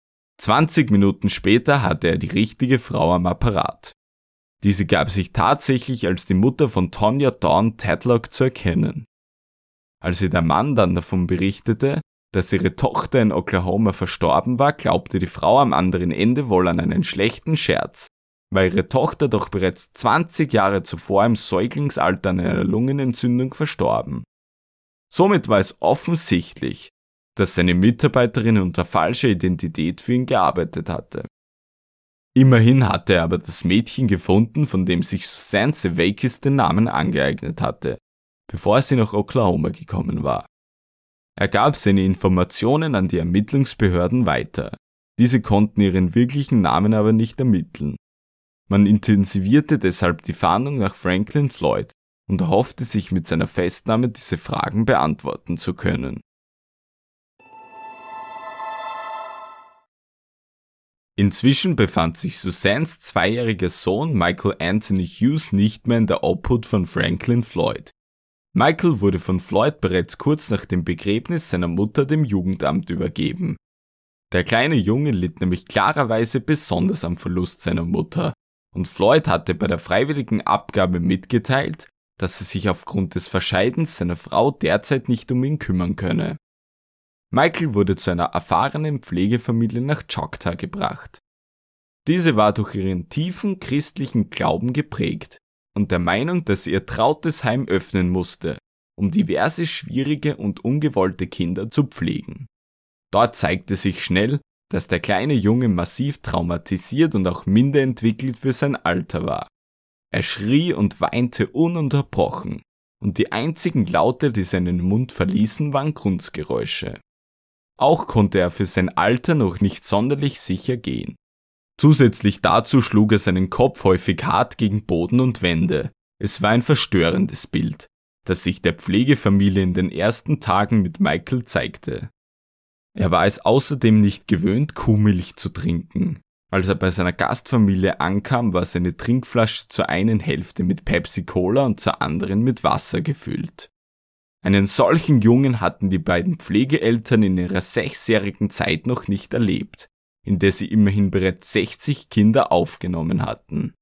zwanzig Minuten später hatte er die richtige Frau am Apparat. Diese gab sich tatsächlich als die Mutter von Tonya Dawn Tadlock zu erkennen. Als ihr der Mann dann davon berichtete, dass ihre Tochter in Oklahoma verstorben war, glaubte die Frau am anderen Ende wohl an einen schlechten Scherz, weil ihre Tochter doch bereits zwanzig Jahre zuvor im Säuglingsalter an einer Lungenentzündung verstorben. Somit war es offensichtlich, dass seine Mitarbeiterin unter falscher Identität für ihn gearbeitet hatte. Immerhin hatte er aber das Mädchen gefunden, von dem sich Suzanne Sevakis den Namen angeeignet hatte, bevor sie nach Oklahoma gekommen war. Er gab seine Informationen an die Ermittlungsbehörden weiter. Diese konnten ihren wirklichen Namen aber nicht ermitteln. Man intensivierte deshalb die Fahndung nach Franklin Floyd und erhoffte sich mit seiner Festnahme diese Fragen beantworten zu können. Inzwischen befand sich Suzannes zweijähriger Sohn Michael Anthony Hughes nicht mehr in der Obhut von Franklin Floyd. Michael wurde von Floyd bereits kurz nach dem Begräbnis seiner Mutter dem Jugendamt übergeben. Der kleine Junge litt nämlich klarerweise besonders am Verlust seiner Mutter, und Floyd hatte bei der freiwilligen Abgabe mitgeteilt, dass er sich aufgrund des Verscheidens seiner Frau derzeit nicht um ihn kümmern könne. Michael wurde zu einer erfahrenen Pflegefamilie nach Choctaw gebracht. Diese war durch ihren tiefen christlichen Glauben geprägt und der Meinung, dass sie ihr trautes Heim öffnen musste, um diverse schwierige und ungewollte Kinder zu pflegen. Dort zeigte sich schnell, dass der kleine Junge massiv traumatisiert und auch minder entwickelt für sein Alter war. Er schrie und weinte ununterbrochen, und die einzigen Laute, die seinen Mund verließen, waren Grunzgeräusche. Auch konnte er für sein Alter noch nicht sonderlich sicher gehen. Zusätzlich dazu schlug er seinen Kopf häufig hart gegen Boden und Wände. Es war ein verstörendes Bild, das sich der Pflegefamilie in den ersten Tagen mit Michael zeigte. Er war es außerdem nicht gewöhnt, Kuhmilch zu trinken. Als er bei seiner Gastfamilie ankam, war seine Trinkflasche zur einen Hälfte mit Pepsi-Cola und zur anderen mit Wasser gefüllt. Einen solchen Jungen hatten die beiden Pflegeeltern in ihrer sechsjährigen Zeit noch nicht erlebt, in der sie immerhin bereits sechzig Kinder aufgenommen hatten.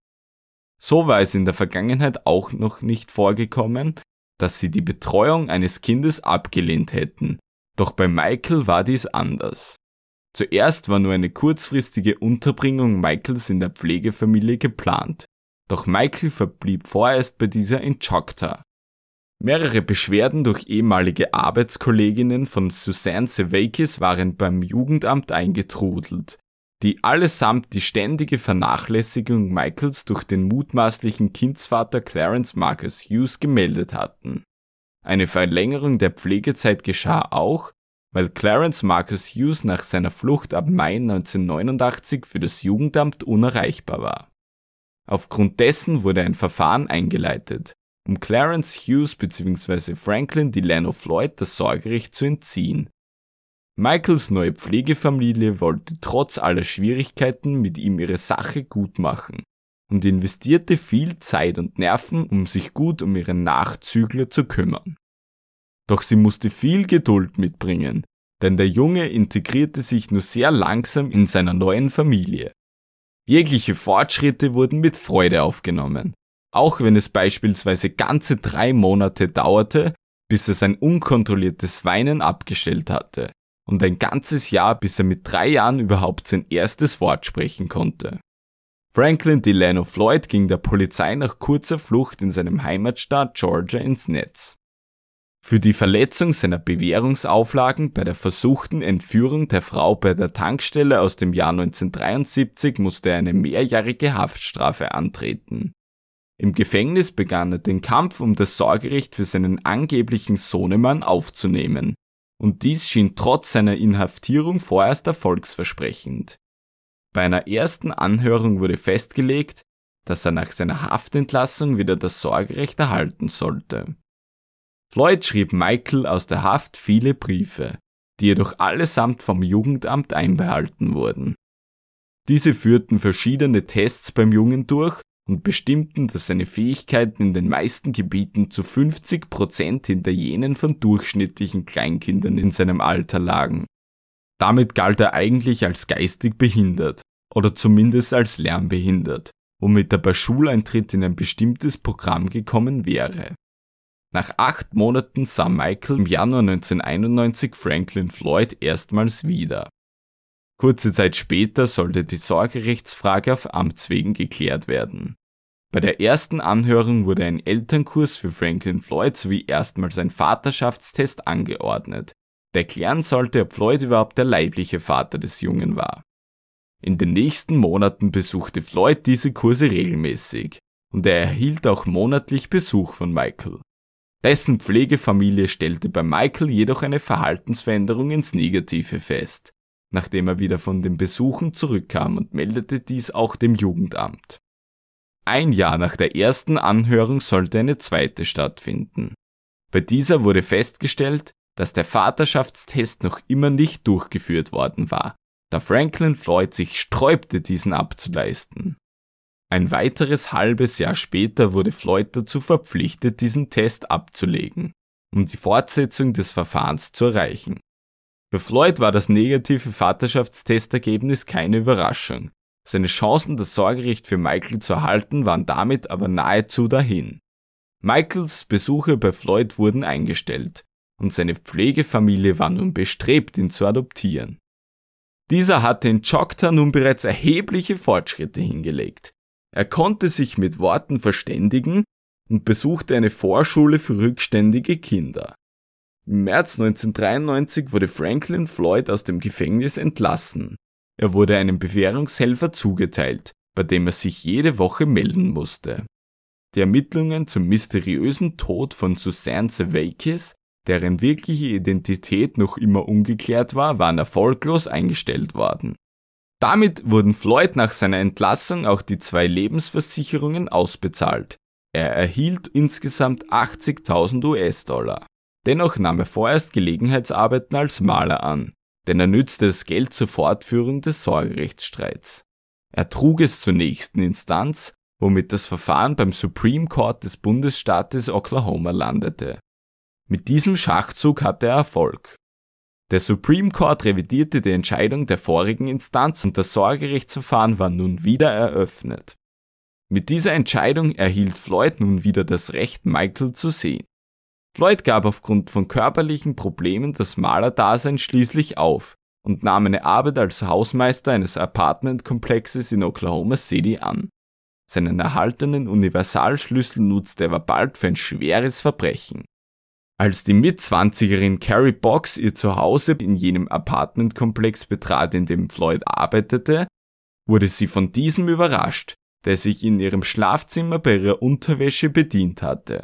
So war es in der Vergangenheit auch noch nicht vorgekommen, dass sie die Betreuung eines Kindes abgelehnt hätten. Doch bei Michael war dies anders. Zuerst war nur eine kurzfristige Unterbringung Michaels in der Pflegefamilie geplant, doch Michael verblieb vorerst bei dieser in Choctaw. Mehrere Beschwerden durch ehemalige Arbeitskolleginnen von Suzanne Sevakis waren beim Jugendamt eingetrudelt, die allesamt die ständige Vernachlässigung Michaels durch den mutmaßlichen Kindsvater Clarence Marcus Hughes gemeldet hatten. Eine Verlängerung der Pflegezeit geschah auch, weil Clarence Marcus Hughes nach seiner Flucht ab Mai neunzehnhundertneunundachtzig für das Jugendamt unerreichbar war. Aufgrund dessen wurde ein Verfahren eingeleitet, um Clarence Hughes bzw. Franklin Delano Floyd das Sorgerecht zu entziehen. Michaels neue Pflegefamilie wollte trotz aller Schwierigkeiten mit ihm ihre Sache gut machen und investierte viel Zeit und Nerven, um sich gut um ihren Nachzügler zu kümmern. Doch sie musste viel Geduld mitbringen, denn der Junge integrierte sich nur sehr langsam in seiner neuen Familie. Jegliche Fortschritte wurden mit Freude aufgenommen, auch wenn es beispielsweise ganze drei Monate dauerte, bis er sein unkontrolliertes Weinen abgestellt hatte, und ein ganzes Jahr, bis er mit drei Jahren überhaupt sein erstes Wort sprechen konnte. Franklin Delano Floyd ging der Polizei nach kurzer Flucht in seinem Heimatstaat Georgia ins Netz. Für die Verletzung seiner Bewährungsauflagen bei der versuchten Entführung der Frau bei der Tankstelle aus dem Jahr neunzehnhundertdreiundsiebzig musste er eine mehrjährige Haftstrafe antreten. Im Gefängnis begann er den Kampf um das Sorgerecht für seinen angeblichen Sohnemann aufzunehmen, und dies schien trotz seiner Inhaftierung vorerst erfolgsversprechend. Bei einer ersten Anhörung wurde festgelegt, dass er nach seiner Haftentlassung wieder das Sorgerecht erhalten sollte. Floyd schrieb Michael aus der Haft viele Briefe, die jedoch allesamt vom Jugendamt einbehalten wurden. Diese führten verschiedene Tests beim Jungen durch und bestimmten, dass seine Fähigkeiten in den meisten Gebieten zu fünfzig Prozent hinter jenen von durchschnittlichen Kleinkindern in seinem Alter lagen. Damit galt er eigentlich als geistig behindert oder zumindest als lernbehindert, womit er bei Schuleintritt in ein bestimmtes Programm gekommen wäre. Nach acht Monaten sah Michael im Januar neunzehnhunderteinundneunzig Franklin Floyd erstmals wieder. Kurze Zeit später sollte die Sorgerechtsfrage auf Amts wegen geklärt werden. Bei der ersten Anhörung wurde ein Elternkurs für Franklin Floyd sowie erstmals ein Vaterschaftstest angeordnet, der klären sollte, ob Floyd überhaupt der leibliche Vater des Jungen war. In den nächsten Monaten besuchte Floyd diese Kurse regelmäßig und er erhielt auch monatlich Besuch von Michael. Dessen Pflegefamilie stellte bei Michael jedoch eine Verhaltensveränderung ins Negative fest, nachdem er wieder von den Besuchen zurückkam, und meldete dies auch dem Jugendamt. Ein Jahr nach der ersten Anhörung sollte eine zweite stattfinden. Bei dieser wurde festgestellt, dass der Vaterschaftstest noch immer nicht durchgeführt worden war, da Franklin Floyd sich sträubte, diesen abzuleisten. Ein weiteres halbes Jahr später wurde Floyd dazu verpflichtet, diesen Test abzulegen, um die Fortsetzung des Verfahrens zu erreichen. Für Floyd war das negative Vaterschaftstestergebnis keine Überraschung. Seine Chancen, das Sorgerecht für Michael zu erhalten, waren damit aber nahezu dahin. Michaels Besuche bei Floyd wurden eingestellt und seine Pflegefamilie war nun bestrebt, ihn zu adoptieren. Dieser hatte in Choctaw nun bereits erhebliche Fortschritte hingelegt. Er konnte sich mit Worten verständigen und besuchte eine Vorschule für rückständige Kinder. Im März neunzehnhundertdreiundneunzig wurde Franklin Floyd aus dem Gefängnis entlassen. Er wurde einem Bewährungshelfer zugeteilt, bei dem er sich jede Woche melden musste. Die Ermittlungen zum mysteriösen Tod von Suzanne Sevakis, deren wirkliche Identität noch immer ungeklärt war, waren erfolglos eingestellt worden. Damit wurden Floyd nach seiner Entlassung auch die zwei Lebensversicherungen ausbezahlt. Er erhielt insgesamt achtzigtausend US-Dollar. Dennoch nahm er vorerst Gelegenheitsarbeiten als Maler an, denn er nützte das Geld zur Fortführung des Sorgerechtsstreits. Er trug es zur nächsten Instanz, womit das Verfahren beim Supreme Court des Bundesstaates Oklahoma landete. Mit diesem Schachzug hatte er Erfolg. Der Supreme Court revidierte die Entscheidung der vorigen Instanz und das Sorgerechtsverfahren war nun wieder eröffnet. Mit dieser Entscheidung erhielt Floyd nun wieder das Recht, Michael zu sehen. Floyd gab aufgrund von körperlichen Problemen das Malerdasein schließlich auf und nahm eine Arbeit als Hausmeister eines Apartmentkomplexes in Oklahoma City an. Seinen erhaltenen Universalschlüssel nutzte er aber bald für ein schweres Verbrechen. Als die Mitzwanzigerin Carrie Box ihr Zuhause in jenem Apartmentkomplex betrat, in dem Floyd arbeitete, wurde sie von diesem überrascht, der sich in ihrem Schlafzimmer bei ihrer Unterwäsche bedient hatte.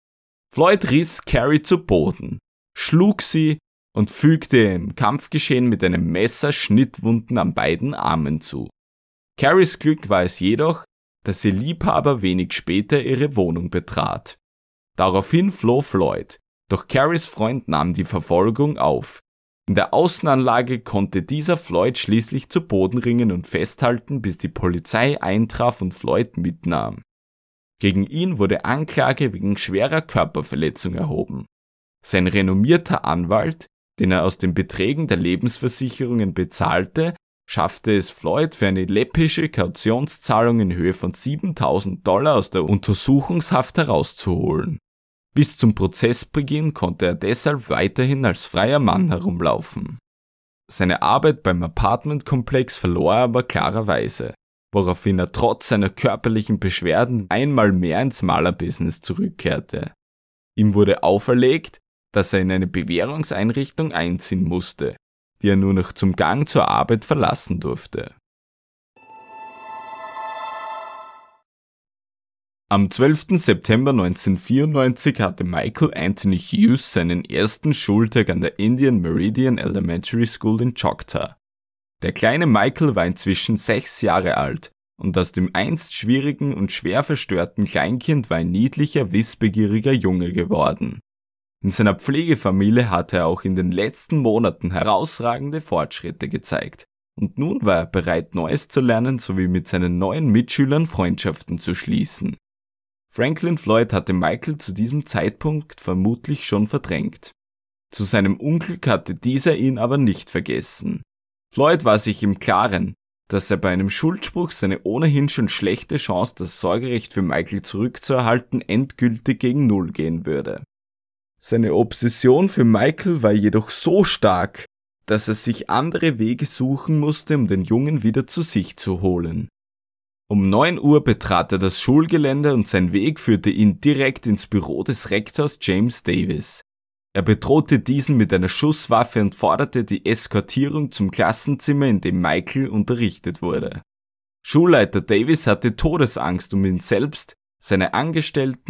Floyd riss Carrie zu Boden, schlug sie und fügte im Kampfgeschehen mit einem Messer Schnittwunden an beiden Armen zu. Carries Glück war es jedoch, dass ihr Liebhaber wenig später ihre Wohnung betrat. Daraufhin floh Floyd, doch Carries Freund nahm die Verfolgung auf. In der Außenanlage konnte dieser Floyd schließlich zu Boden ringen und festhalten, bis die Polizei eintraf und Floyd mitnahm. Gegen ihn wurde Anklage wegen schwerer Körperverletzung erhoben. Sein renommierter Anwalt, den er aus den Beträgen der Lebensversicherungen bezahlte, schaffte es Floyd für eine läppische Kautionszahlung in Höhe von siebentausend Dollar aus der Untersuchungshaft herauszuholen. Bis zum Prozessbeginn konnte er deshalb weiterhin als freier Mann herumlaufen. Seine Arbeit beim Apartmentkomplex verlor er aber klarerweise, woraufhin er trotz seiner körperlichen Beschwerden einmal mehr ins Malerbusiness zurückkehrte. Ihm wurde auferlegt, dass er in eine Bewährungseinrichtung einziehen musste, die er nur noch zum Gang zur Arbeit verlassen durfte. Am zwölften September neunzehnhundertvierundneunzig hatte Michael Anthony Hughes seinen ersten Schultag an der Indian Meridian Elementary School in Choctaw. Der kleine Michael war inzwischen sechs Jahre alt und aus dem einst schwierigen und schwer verstörten Kleinkind war ein niedlicher, wissbegieriger Junge geworden. In seiner Pflegefamilie hatte er auch in den letzten Monaten herausragende Fortschritte gezeigt und nun war er bereit, Neues zu lernen sowie mit seinen neuen Mitschülern Freundschaften zu schließen. Franklin Floyd hatte Michael zu diesem Zeitpunkt vermutlich schon verdrängt. Zu seinem Unglück hatte dieser ihn aber nicht vergessen. Floyd war sich im Klaren, dass er bei einem Schuldspruch seine ohnehin schon schlechte Chance, das Sorgerecht für Michael zurückzuerhalten, endgültig gegen Null gehen würde. Seine Obsession für Michael war jedoch so stark, dass er sich andere Wege suchen musste, um den Jungen wieder zu sich zu holen. Um neun Uhr betrat er das Schulgelände und sein Weg führte ihn direkt ins Büro des Rektors James Davis. Er bedrohte diesen mit einer Schusswaffe und forderte die Eskortierung zum Klassenzimmer, in dem Michael unterrichtet wurde. Schulleiter Davis hatte Todesangst um ihn selbst, seine Angestellten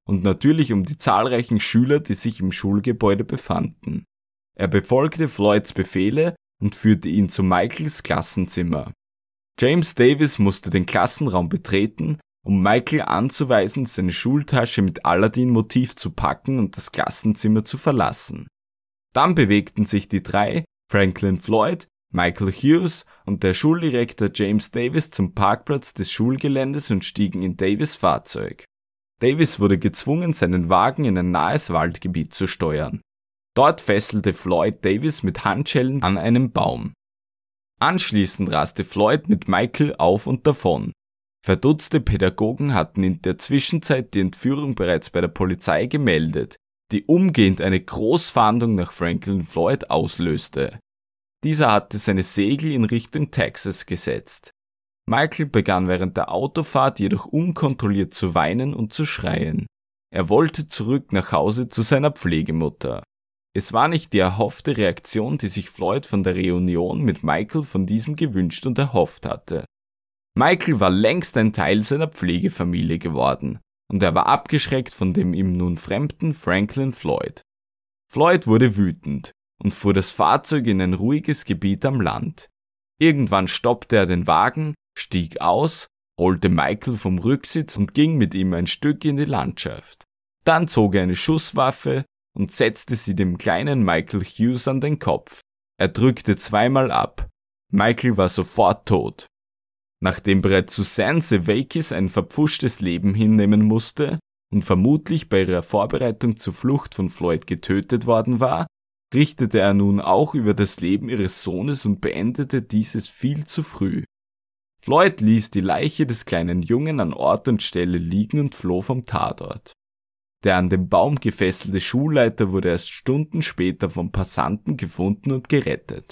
und natürlich um die zahlreichen Schüler, die sich im Schulgebäude befanden. Er befolgte Floyds Befehle und führte ihn zu Michaels Klassenzimmer. James Davis musste den Klassenraum betreten, um Michael anzuweisen, seine Schultasche mit Aladdin-Motiv zu packen und das Klassenzimmer zu verlassen. Dann bewegten sich die drei, Franklin Floyd, Michael Hughes und der Schuldirektor James Davis zum Parkplatz des Schulgeländes und stiegen in Davis' Fahrzeug. Davis wurde gezwungen, seinen Wagen in ein nahes Waldgebiet zu steuern. Dort fesselte Floyd Davis mit Handschellen an einem Baum. Anschließend raste Floyd mit Michael auf und davon. Verdutzte Pädagogen hatten in der Zwischenzeit die Entführung bereits bei der Polizei gemeldet, die umgehend eine Großfahndung nach Franklin Floyd auslöste. Dieser hatte seine Segel in Richtung Texas gesetzt. Michael begann während der Autofahrt jedoch unkontrolliert zu weinen und zu schreien. Er wollte zurück nach Hause zu seiner Pflegemutter. Es war nicht die erhoffte Reaktion, die sich Floyd von der Reunion mit Michael von diesem gewünscht und erhofft hatte. Michael war längst ein Teil seiner Pflegefamilie geworden und er war abgeschreckt von dem ihm nun fremden Franklin Floyd. Floyd wurde wütend und fuhr das Fahrzeug in ein ruhiges Gebiet am Land. Irgendwann stoppte er den Wagen, stieg aus, holte Michael vom Rücksitz und ging mit ihm ein Stück in die Landschaft. Dann zog er eine Schusswaffe und setzte sie dem kleinen Michael Hughes an den Kopf. Er drückte zweimal ab. Michael war sofort tot. Nachdem bereits Suzanne Sevakis ein verpfuschtes Leben hinnehmen musste und vermutlich bei ihrer Vorbereitung zur Flucht von Floyd getötet worden war, richtete er nun auch über das Leben ihres Sohnes und beendete dieses viel zu früh. Floyd ließ die Leiche des kleinen Jungen an Ort und Stelle liegen und floh vom Tatort. Der an den Baum gefesselte Schulleiter wurde erst Stunden später von Passanten gefunden und gerettet.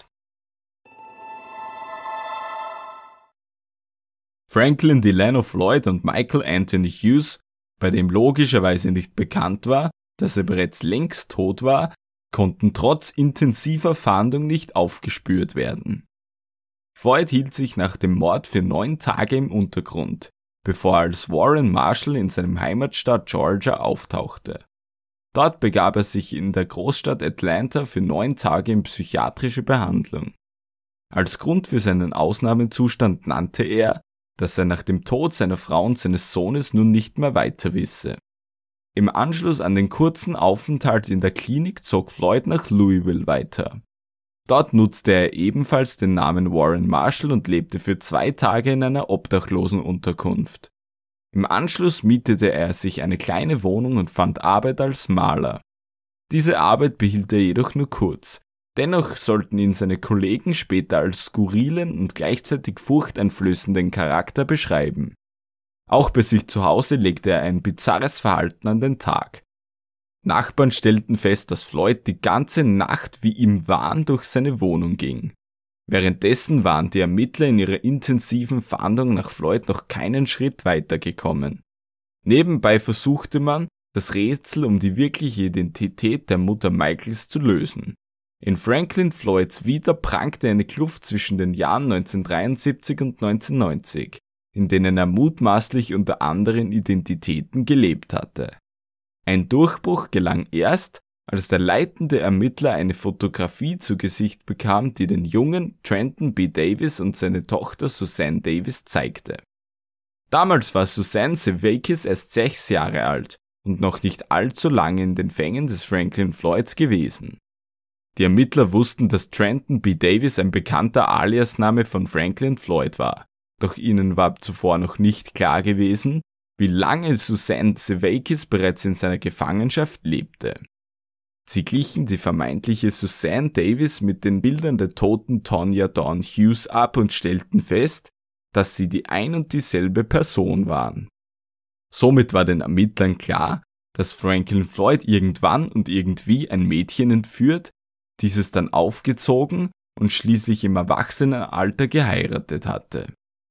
Franklin Delano Floyd und Michael Anthony Hughes, bei dem logischerweise nicht bekannt war, dass er bereits längst tot war, konnten trotz intensiver Fahndung nicht aufgespürt werden. Floyd hielt sich nach dem Mord für neun Tage im Untergrund, bevor er als Warren Marshall in seinem Heimatstaat Georgia auftauchte. Dort begab er sich in der Großstadt Atlanta für neun Tage in psychiatrische Behandlung. Als Grund für seinen Ausnahmezustand nannte er, dass er nach dem Tod seiner Frau und seines Sohnes nun nicht mehr weiter wisse. Im Anschluss an den kurzen Aufenthalt in der Klinik zog Floyd nach Louisville weiter. Dort nutzte er ebenfalls den Namen Warren Marshall und lebte für zwei Tage in einer Obdachlosenunterkunft. Im Anschluss mietete er sich eine kleine Wohnung und fand Arbeit als Maler. Diese Arbeit behielt er jedoch nur kurz. Dennoch sollten ihn seine Kollegen später als skurrilen und gleichzeitig furchteinflößenden Charakter beschreiben. Auch bei sich zu Hause legte er ein bizarres Verhalten an den Tag. Nachbarn stellten fest, dass Floyd die ganze Nacht wie im Wahn durch seine Wohnung ging. Währenddessen waren die Ermittler in ihrer intensiven Fahndung nach Floyd noch keinen Schritt weitergekommen. Nebenbei versuchte man, das Rätsel um die wirkliche Identität der Mutter Michaels zu lösen. In Franklin Floyds Vita prangte eine Kluft zwischen den Jahren neunzehnhundertdreiundsiebzig und neunzehnhundertneunzig, in denen er mutmaßlich unter anderen Identitäten gelebt hatte. Ein Durchbruch gelang erst, als der leitende Ermittler eine Fotografie zu Gesicht bekam, die den jungen Trenton B. Davis und seine Tochter Suzanne Davis zeigte. Damals war Suzanne Sevakis erst sechs Jahre alt und noch nicht allzu lange in den Fängen des Franklin Floyds gewesen. Die Ermittler wussten, dass Trenton B. Davis ein bekannter Aliasname von Franklin Floyd war, doch ihnen war zuvor noch nicht klar gewesen, wie lange Suzanne Sevakis bereits in seiner Gefangenschaft lebte. Sie glichen die vermeintliche Suzanne Davis mit den Bildern der toten Tonya Dawn Hughes ab und stellten fest, dass sie die ein und dieselbe Person waren. Somit war den Ermittlern klar, dass Franklin Floyd irgendwann und irgendwie ein Mädchen entführt, dieses dann aufgezogen und schließlich im Erwachsenenalter geheiratet hatte.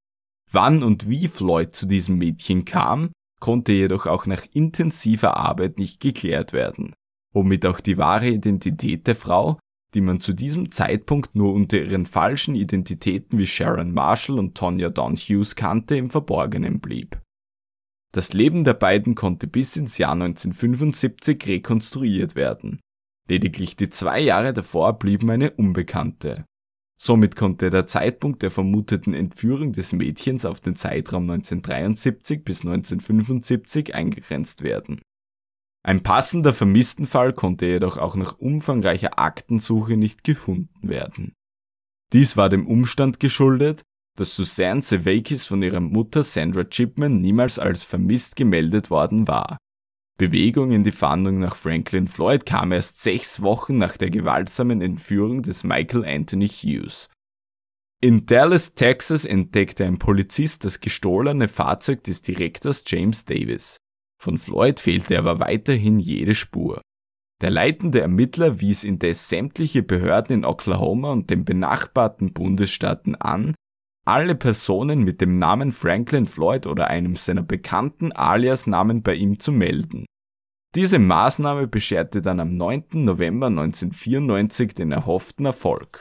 Wann und wie Floyd zu diesem Mädchen kam, konnte jedoch auch nach intensiver Arbeit nicht geklärt werden, womit auch die wahre Identität der Frau, die man zu diesem Zeitpunkt nur unter ihren falschen Identitäten wie Sharon Marshall und Tonya Dawn Hughes kannte, im Verborgenen blieb. Das Leben der beiden konnte bis ins Jahr neunzehnhundertfünfundsiebzig rekonstruiert werden. Lediglich die zwei Jahre davor blieben eine Unbekannte. Somit konnte der Zeitpunkt der vermuteten Entführung des Mädchens auf den Zeitraum neunzehnhundertdreiundsiebzig bis neunzehnhundertfünfundsiebzig eingegrenzt werden. Ein passender Vermisstenfall konnte jedoch auch nach umfangreicher Aktensuche nicht gefunden werden. Dies war dem Umstand geschuldet, dass Suzanne Sevakis von ihrer Mutter Sandra Chipman niemals als vermisst gemeldet worden war. Bewegung in die Fahndung nach Franklin Floyd kam erst sechs Wochen nach der gewaltsamen Entführung des Michael Anthony Hughes. In Dallas, Texas entdeckte ein Polizist das gestohlene Fahrzeug des Direktors James Davis. Von Floyd fehlte aber weiterhin jede Spur. Der leitende Ermittler wies indes sämtliche Behörden in Oklahoma und den benachbarten Bundesstaaten an, alle Personen mit dem Namen Franklin Floyd oder einem seiner bekannten Aliasnamen bei ihm zu melden. Diese Maßnahme bescherte dann am neunten November neunzehnhundertvierundneunzig den erhofften Erfolg.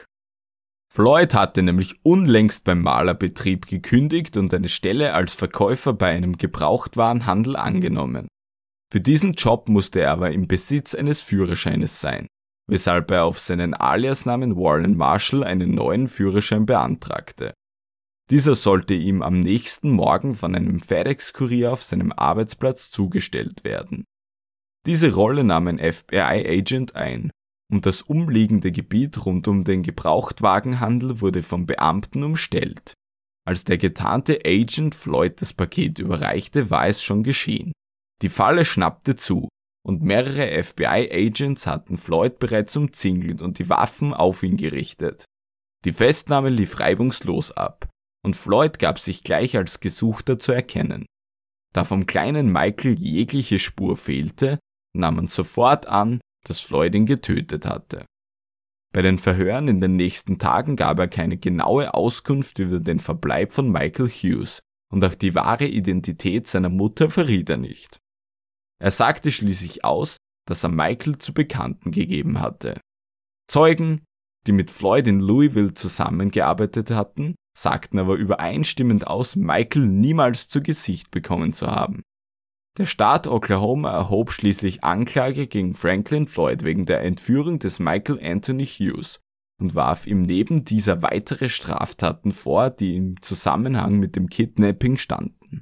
Floyd hatte nämlich unlängst beim Malerbetrieb gekündigt und eine Stelle als Verkäufer bei einem Gebrauchtwarenhandel angenommen. Für diesen Job musste er aber im Besitz eines Führerscheines sein, weshalb er auf seinen Aliasnamen Warren Marshall einen neuen Führerschein beantragte. Dieser sollte ihm am nächsten Morgen von einem FedEx-Kurier auf seinem Arbeitsplatz zugestellt werden. Diese Rolle nahm ein F B I-Agent ein, und das umliegende Gebiet rund um den Gebrauchtwagenhandel wurde vom Beamten umstellt. Als der getarnte Agent Floyd das Paket überreichte, war es schon geschehen. Die Falle schnappte zu, und mehrere F B I-Agents hatten Floyd bereits umzingelt und die Waffen auf ihn gerichtet. Die Festnahme lief reibungslos ab, und Floyd gab sich gleich als Gesuchter zu erkennen. Da vom kleinen Michael jegliche Spur fehlte, nahm man sofort an, dass Floyd ihn getötet hatte. Bei den Verhören in den nächsten Tagen gab er keine genaue Auskunft über den Verbleib von Michael Hughes, und auch die wahre Identität seiner Mutter verriet er nicht. Er sagte schließlich aus, dass er Michael zu Bekannten gegeben hatte. Zeugen, die mit Floyd in Louisville zusammengearbeitet hatten, sagten aber übereinstimmend aus, Michael niemals zu Gesicht bekommen zu haben. Der Staat Oklahoma erhob schließlich Anklage gegen Franklin Floyd wegen der Entführung des Michael Anthony Hughes und warf ihm neben dieser weitere Straftaten vor, die im Zusammenhang mit dem Kidnapping standen.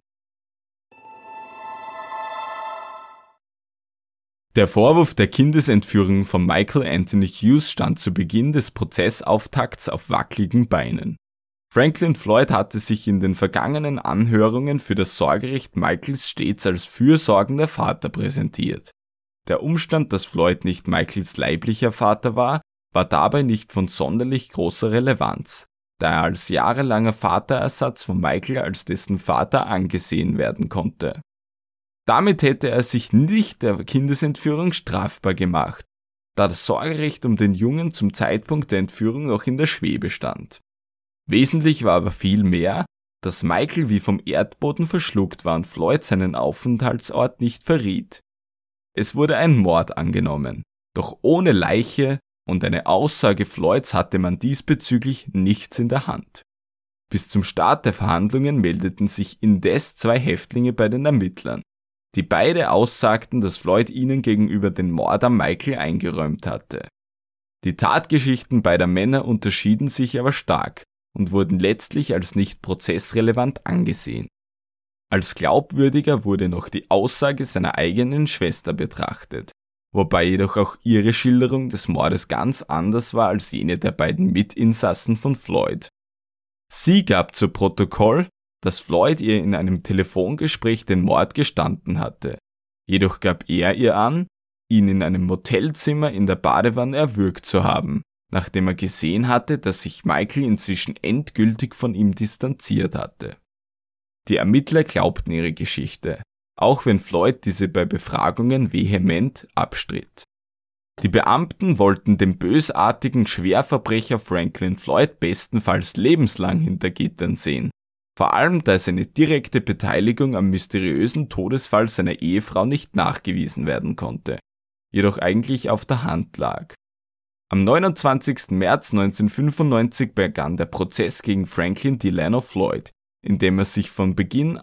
Der Vorwurf der Kindesentführung von Michael Anthony Hughes stand zu Beginn des Prozessauftakts auf wackeligen Beinen. Franklin Floyd hatte sich in den vergangenen Anhörungen für das Sorgerecht Michaels stets als fürsorgender Vater präsentiert. Der Umstand, dass Floyd nicht Michaels leiblicher Vater war, war dabei nicht von sonderlich großer Relevanz, da er als jahrelanger Vaterersatz von Michael als dessen Vater angesehen werden konnte. Damit hätte er sich nicht der Kindesentführung strafbar gemacht, da das Sorgerecht um den Jungen zum Zeitpunkt der Entführung noch in der Schwebe stand. Wesentlich war aber vielmehr, dass Michael wie vom Erdboden verschluckt war und Floyd seinen Aufenthaltsort nicht verriet. Es wurde ein Mord angenommen, doch ohne Leiche und eine Aussage Floyds hatte man diesbezüglich nichts in der Hand. Bis zum Start der Verhandlungen meldeten sich indes zwei Häftlinge bei den Ermittlern, die beide aussagten, dass Floyd ihnen gegenüber den Mord an Michael eingeräumt hatte. Die Tatgeschichten beider Männer unterschieden sich aber stark und wurden letztlich als nicht prozessrelevant angesehen. Als glaubwürdiger wurde noch die Aussage seiner eigenen Schwester betrachtet, wobei jedoch auch ihre Schilderung des Mordes ganz anders war als jene der beiden Mitinsassen von Floyd. Sie gab zu Protokoll, dass Floyd ihr in einem Telefongespräch den Mord gestanden hatte. Jedoch gab er ihr an, ihn in einem Motelzimmer in der Badewanne erwürgt zu haben, nachdem er gesehen hatte, dass sich Michael inzwischen endgültig von ihm distanziert hatte. Die Ermittler glaubten ihre Geschichte, auch wenn Floyd diese bei Befragungen vehement abstritt. Die Beamten wollten den bösartigen Schwerverbrecher Franklin Floyd bestenfalls lebenslang hinter Gittern sehen, vor allem da seine direkte Beteiligung am mysteriösen Todesfall seiner Ehefrau nicht nachgewiesen werden konnte, jedoch eigentlich auf der Hand lag. Am neunundzwanzigsten März neunzehnhundertfünfundneunzig begann der Prozess gegen Franklin Delano Floyd, in dem er sich von Beginn an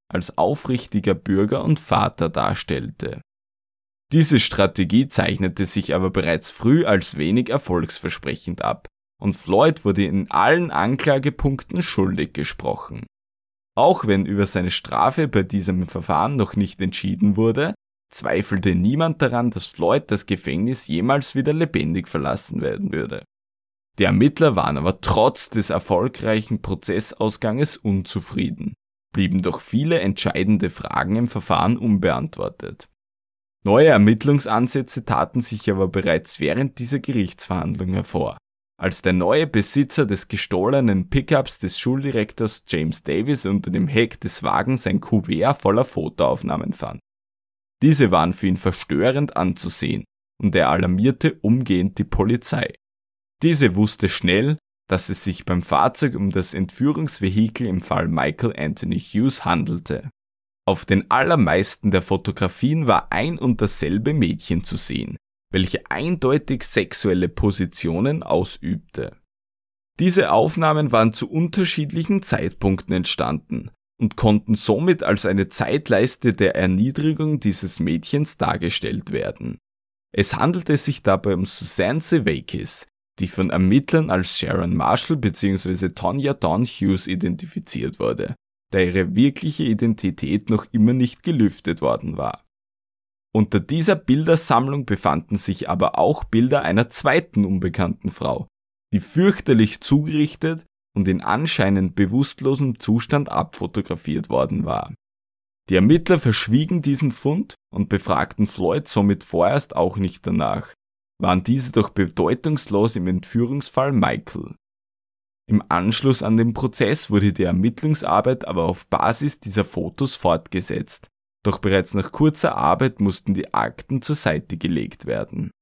als aufrichtiger Bürger und Vater darstellte. Diese Strategie zeichnete sich aber bereits früh als wenig erfolgsversprechend ab und Floyd wurde in allen Anklagepunkten schuldig gesprochen. Auch wenn über seine Strafe bei diesem Verfahren noch nicht entschieden wurde, zweifelte niemand daran, dass Floyd das Gefängnis jemals wieder lebendig verlassen werden würde. Die Ermittler waren aber trotz des erfolgreichen Prozessausganges unzufrieden, blieben doch viele entscheidende Fragen im Verfahren unbeantwortet. Neue Ermittlungsansätze taten sich aber bereits während dieser Gerichtsverhandlung hervor, als der neue Besitzer des gestohlenen Pickups des Schuldirektors James Davis unter dem Heck des Wagens ein Kuvert voller Fotoaufnahmen fand. Diese waren für ihn verstörend anzusehen und er alarmierte umgehend die Polizei. Diese wusste schnell, dass es sich beim Fahrzeug um das Entführungsvehikel im Fall Michael Anthony Hughes handelte. Auf den allermeisten der Fotografien war ein und dasselbe Mädchen zu sehen, welche eindeutig sexuelle Positionen ausübte. Diese Aufnahmen waren zu unterschiedlichen Zeitpunkten entstanden und konnten somit als eine Zeitleiste der Erniedrigung dieses Mädchens dargestellt werden. Es handelte sich dabei um Suzanne Sevakis, die von Ermittlern als Sharon Marshall bzw. Tonya Dawn Hughes identifiziert wurde, da ihre wirkliche Identität noch immer nicht gelüftet worden war. Unter dieser Bildersammlung befanden sich aber auch Bilder einer zweiten unbekannten Frau, die fürchterlich zugerichtet und in anscheinend bewusstlosem Zustand abfotografiert worden war. Die Ermittler verschwiegen diesen Fund und befragten Floyd somit vorerst auch nicht danach, waren diese doch bedeutungslos im Entführungsfall Michael. Im Anschluss an den Prozess wurde die Ermittlungsarbeit aber auf Basis dieser Fotos fortgesetzt, doch bereits nach kurzer Arbeit mussten die Akten zur Seite gelegt werden.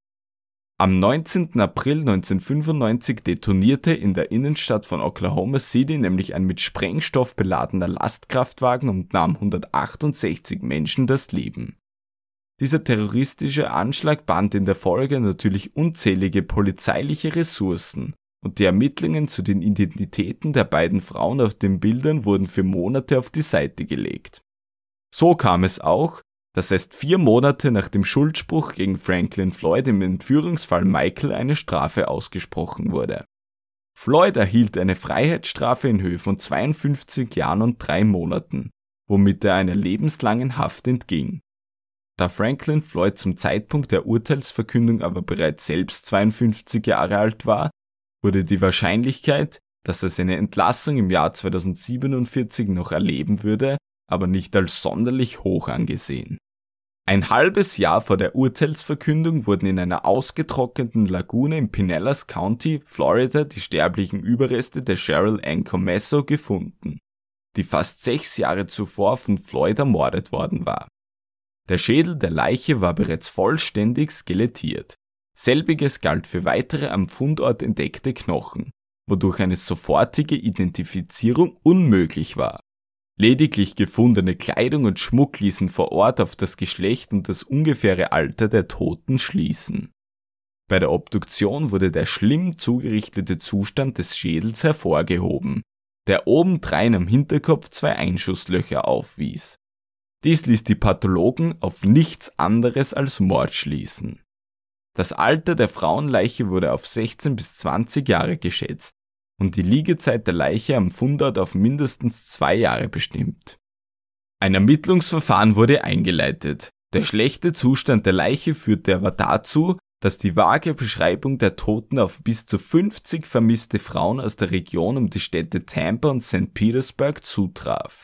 Am neunzehnten April neunzehnhundertfünfundneunzig detonierte in der Innenstadt von Oklahoma City nämlich ein mit Sprengstoff beladener Lastkraftwagen und nahm hundertachtundsechzig Menschen das Leben. Dieser terroristische Anschlag band in der Folge natürlich unzählige polizeiliche Ressourcen und die Ermittlungen zu den Identitäten der beiden Frauen auf den Bildern wurden für Monate auf die Seite gelegt. So kam es auch, dass erst vier Monate nach dem Schuldspruch gegen Franklin Floyd im Entführungsfall Michael eine Strafe ausgesprochen wurde. Floyd erhielt eine Freiheitsstrafe in Höhe von zweiundfünfzig Jahren und drei Monaten, womit er einer lebenslangen Haft entging. Da Franklin Floyd zum Zeitpunkt der Urteilsverkündung aber bereits selbst zweiundfünfzig Jahre alt war, wurde die Wahrscheinlichkeit, dass er seine Entlassung im Jahr zweitausendsiebenundvierzig noch erleben würde, aber nicht als sonderlich hoch angesehen. Ein halbes Jahr vor der Urteilsverkündung wurden in einer ausgetrockneten Lagune im Pinellas County, Florida, die sterblichen Überreste der Cheryl Ann Commesso gefunden, die fast sechs Jahre zuvor von Floyd ermordet worden war. Der Schädel der Leiche war bereits vollständig skelettiert. Selbiges galt für weitere am Fundort entdeckte Knochen, wodurch eine sofortige Identifizierung unmöglich war. Lediglich gefundene Kleidung und Schmuck ließen vor Ort auf das Geschlecht und das ungefähre Alter der Toten schließen. Bei der Obduktion wurde der schlimm zugerichtete Zustand des Schädels hervorgehoben, der obendrein am Hinterkopf zwei Einschusslöcher aufwies. Dies ließ die Pathologen auf nichts anderes als Mord schließen. Das Alter der Frauenleiche wurde auf sechzehn bis zwanzig Jahre geschätzt und die Liegezeit der Leiche am Fundort auf mindestens zwei Jahre bestimmt. Ein Ermittlungsverfahren wurde eingeleitet. Der schlechte Zustand der Leiche führte aber dazu, dass die vage Beschreibung der Toten auf bis zu fünfzig vermisste Frauen aus der Region um die Städte Tampa und Sankt Petersburg zutraf.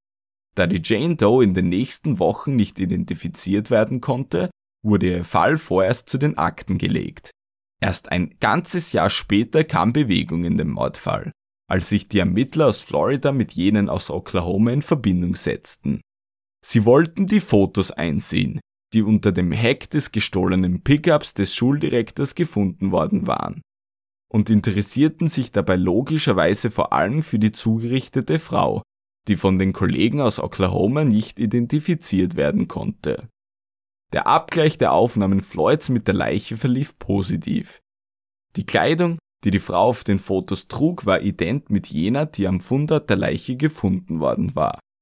Da die Jane Doe in den nächsten Wochen nicht identifiziert werden konnte, wurde ihr Fall vorerst zu den Akten gelegt. Erst ein ganzes Jahr später kam Bewegung in dem Mordfall, als sich die Ermittler aus Florida mit jenen aus Oklahoma in Verbindung setzten. Sie wollten die Fotos einsehen, die unter dem Heck des gestohlenen Pickups des Schuldirektors gefunden worden waren, und interessierten sich dabei logischerweise vor allem für die zugerichtete Frau, die von den Kollegen aus Oklahoma nicht identifiziert werden konnte. Der Abgleich der Aufnahmen Floyds mit der Leiche verlief positiv. Die Kleidung, die die Frau auf den Fotos trug, war ident mit jener, die am Fundort der Leiche gefunden worden war.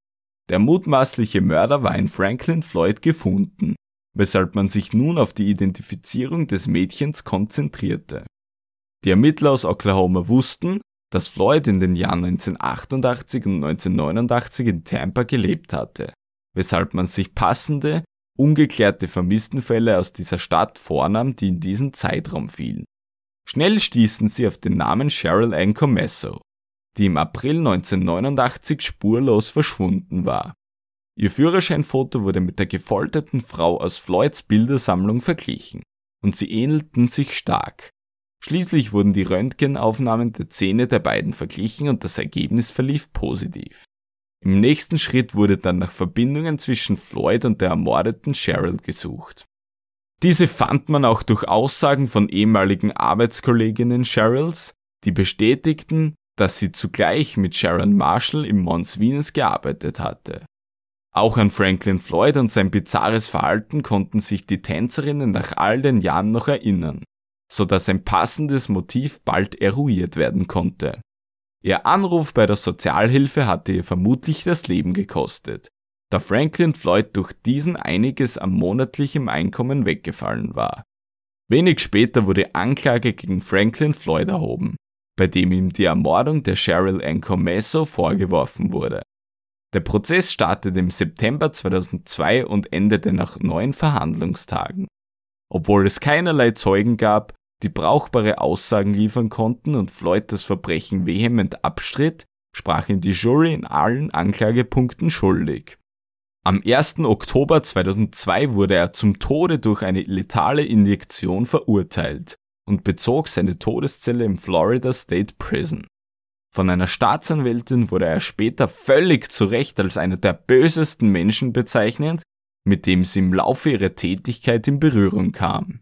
Der mutmaßliche Mörder war in Franklin Floyd gefunden, weshalb man sich nun auf die Identifizierung des Mädchens konzentrierte. Die Ermittler aus Oklahoma wussten, dass Floyd in den Jahren neunzehnhundertachtundachtzig und neunzehnhundertneunundachtzig in Tampa gelebt hatte, weshalb man sich passende, ungeklärte Vermisstenfälle aus dieser Stadt vornahm, die in diesen Zeitraum fielen. Schnell stießen sie auf den Namen Cheryl Ann Commesso, die im April neunzehnhundertneunundachtzig spurlos verschwunden war. Ihr Führerscheinfoto wurde mit der gefolterten Frau aus Floyds Bildersammlung verglichen, und sie ähnelten sich stark. Schließlich wurden die Röntgenaufnahmen der Zähne der beiden verglichen und das Ergebnis verlief positiv. Im nächsten Schritt wurde dann nach Verbindungen zwischen Floyd und der ermordeten Cheryl gesucht. Diese fand man auch durch Aussagen von ehemaligen Arbeitskolleginnen Cheryls, die bestätigten, dass sie zugleich mit Sharon Marshall im Mons Venus gearbeitet hatte. Auch an Franklin Floyd und sein bizarres Verhalten konnten sich die Tänzerinnen nach all den Jahren noch erinnern, sodass ein passendes Motiv bald eruiert werden konnte. Ihr Anruf bei der Sozialhilfe hatte ihr vermutlich das Leben gekostet, da Franklin Floyd durch diesen einiges an monatlichem Einkommen weggefallen war. Wenig später wurde Anklage gegen Franklin Floyd erhoben, bei dem ihm die Ermordung der Cheryl Ann Commesso vorgeworfen wurde. Der Prozess startete im September zweitausendzwei und endete nach neun Verhandlungstagen. Obwohl es keinerlei Zeugen gab, die brauchbare Aussagen liefern konnten und Floyd das Verbrechen vehement abstritt, sprach ihn die Jury in allen Anklagepunkten schuldig. Am ersten Oktober zweitausendzwei wurde er zum Tode durch eine letale Injektion verurteilt und bezog seine Todeszelle im Florida State Prison. Von einer Staatsanwältin wurde er später völlig zu Recht als einer der bösesten Menschen bezeichnet, mit dem sie im Laufe ihrer Tätigkeit in Berührung kam.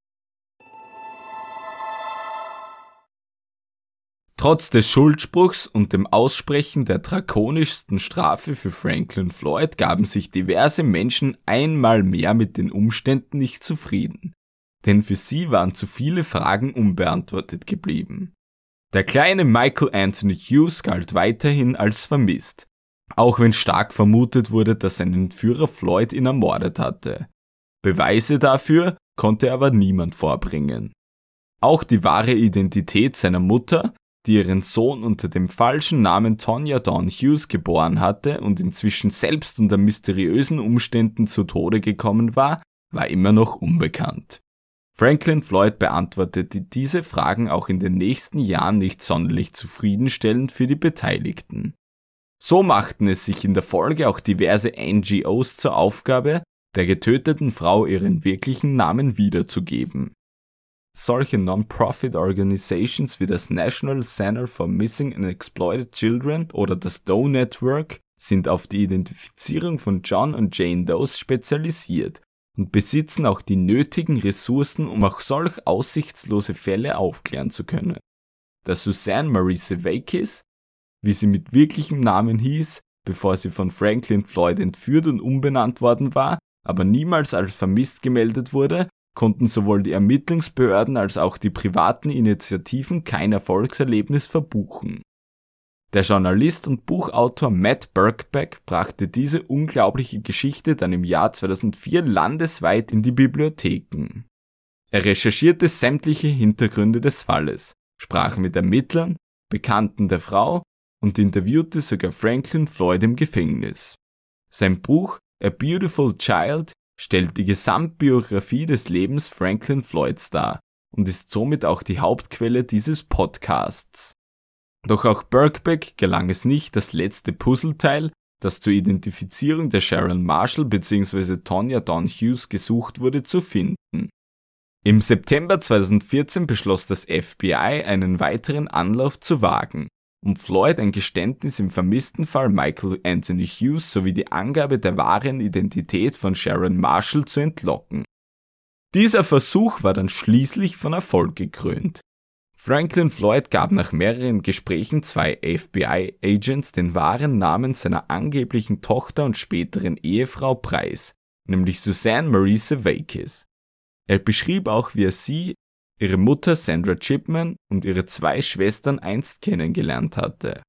Trotz des Schuldspruchs und dem Aussprechen der drakonischsten Strafe für Franklin Floyd gaben sich diverse Menschen einmal mehr mit den Umständen nicht zufrieden, denn für sie waren zu viele Fragen unbeantwortet geblieben. Der kleine Michael Anthony Hughes galt weiterhin als vermisst, auch wenn stark vermutet wurde, dass sein Entführer Floyd ihn ermordet hatte. Beweise dafür konnte aber niemand vorbringen. Auch die wahre Identität seiner Mutter, die ihren Sohn unter dem falschen Namen Tonya Dawn Hughes geboren hatte und inzwischen selbst unter mysteriösen Umständen zu Tode gekommen war, war immer noch unbekannt. Franklin Floyd beantwortete diese Fragen auch in den nächsten Jahren nicht sonderlich zufriedenstellend für die Beteiligten. So machten es sich in der Folge auch diverse N G Os zur Aufgabe, der getöteten Frau ihren wirklichen Namen wiederzugeben. Solche Non-Profit-Organisations wie das National Center for Missing and Exploited Children oder das Doe Network sind auf die Identifizierung von John und Jane Does spezialisiert und besitzen auch die nötigen Ressourcen, um auch solch aussichtslose Fälle aufklären zu können. Da Suzanne Marie Sevakis, wie sie mit wirklichem Namen hieß, bevor sie von Franklin Floyd entführt und umbenannt worden war, aber niemals als vermisst gemeldet wurde, konnten sowohl die Ermittlungsbehörden als auch die privaten Initiativen kein Erfolgserlebnis verbuchen. Der Journalist und Buchautor Matt Birkbeck brachte diese unglaubliche Geschichte dann im Jahr zweitausendvier landesweit in die Bibliotheken. Er recherchierte sämtliche Hintergründe des Falles, sprach mit Ermittlern, Bekannten der Frau und interviewte sogar Franklin Floyd im Gefängnis. Sein Buch A Beautiful Child stellt die Gesamtbiografie des Lebens Franklin Floyds dar und ist somit auch die Hauptquelle dieses Podcasts. Doch auch Birkbeck gelang es nicht, das letzte Puzzleteil, das zur Identifizierung der Sharon Marshall bzw. Tonya Dawn Hughes gesucht wurde, zu finden. Im September zweitausendvierzehn beschloss das F B I, einen weiteren Anlauf zu wagen, um Floyd ein Geständnis im vermissten Fall Michael Anthony Hughes sowie die Angabe der wahren Identität von Sharon Marshall zu entlocken. Dieser Versuch war dann schließlich von Erfolg gekrönt. Franklin Floyd gab nach mehreren Gesprächen zwei F B I-Agents den wahren Namen seiner angeblichen Tochter und späteren Ehefrau preis, nämlich Suzanne Marie Sevakis. Er beschrieb auch, wie er sie, ihre Mutter Sandra Chipman und ihre zwei Schwestern einst kennengelernt hatte.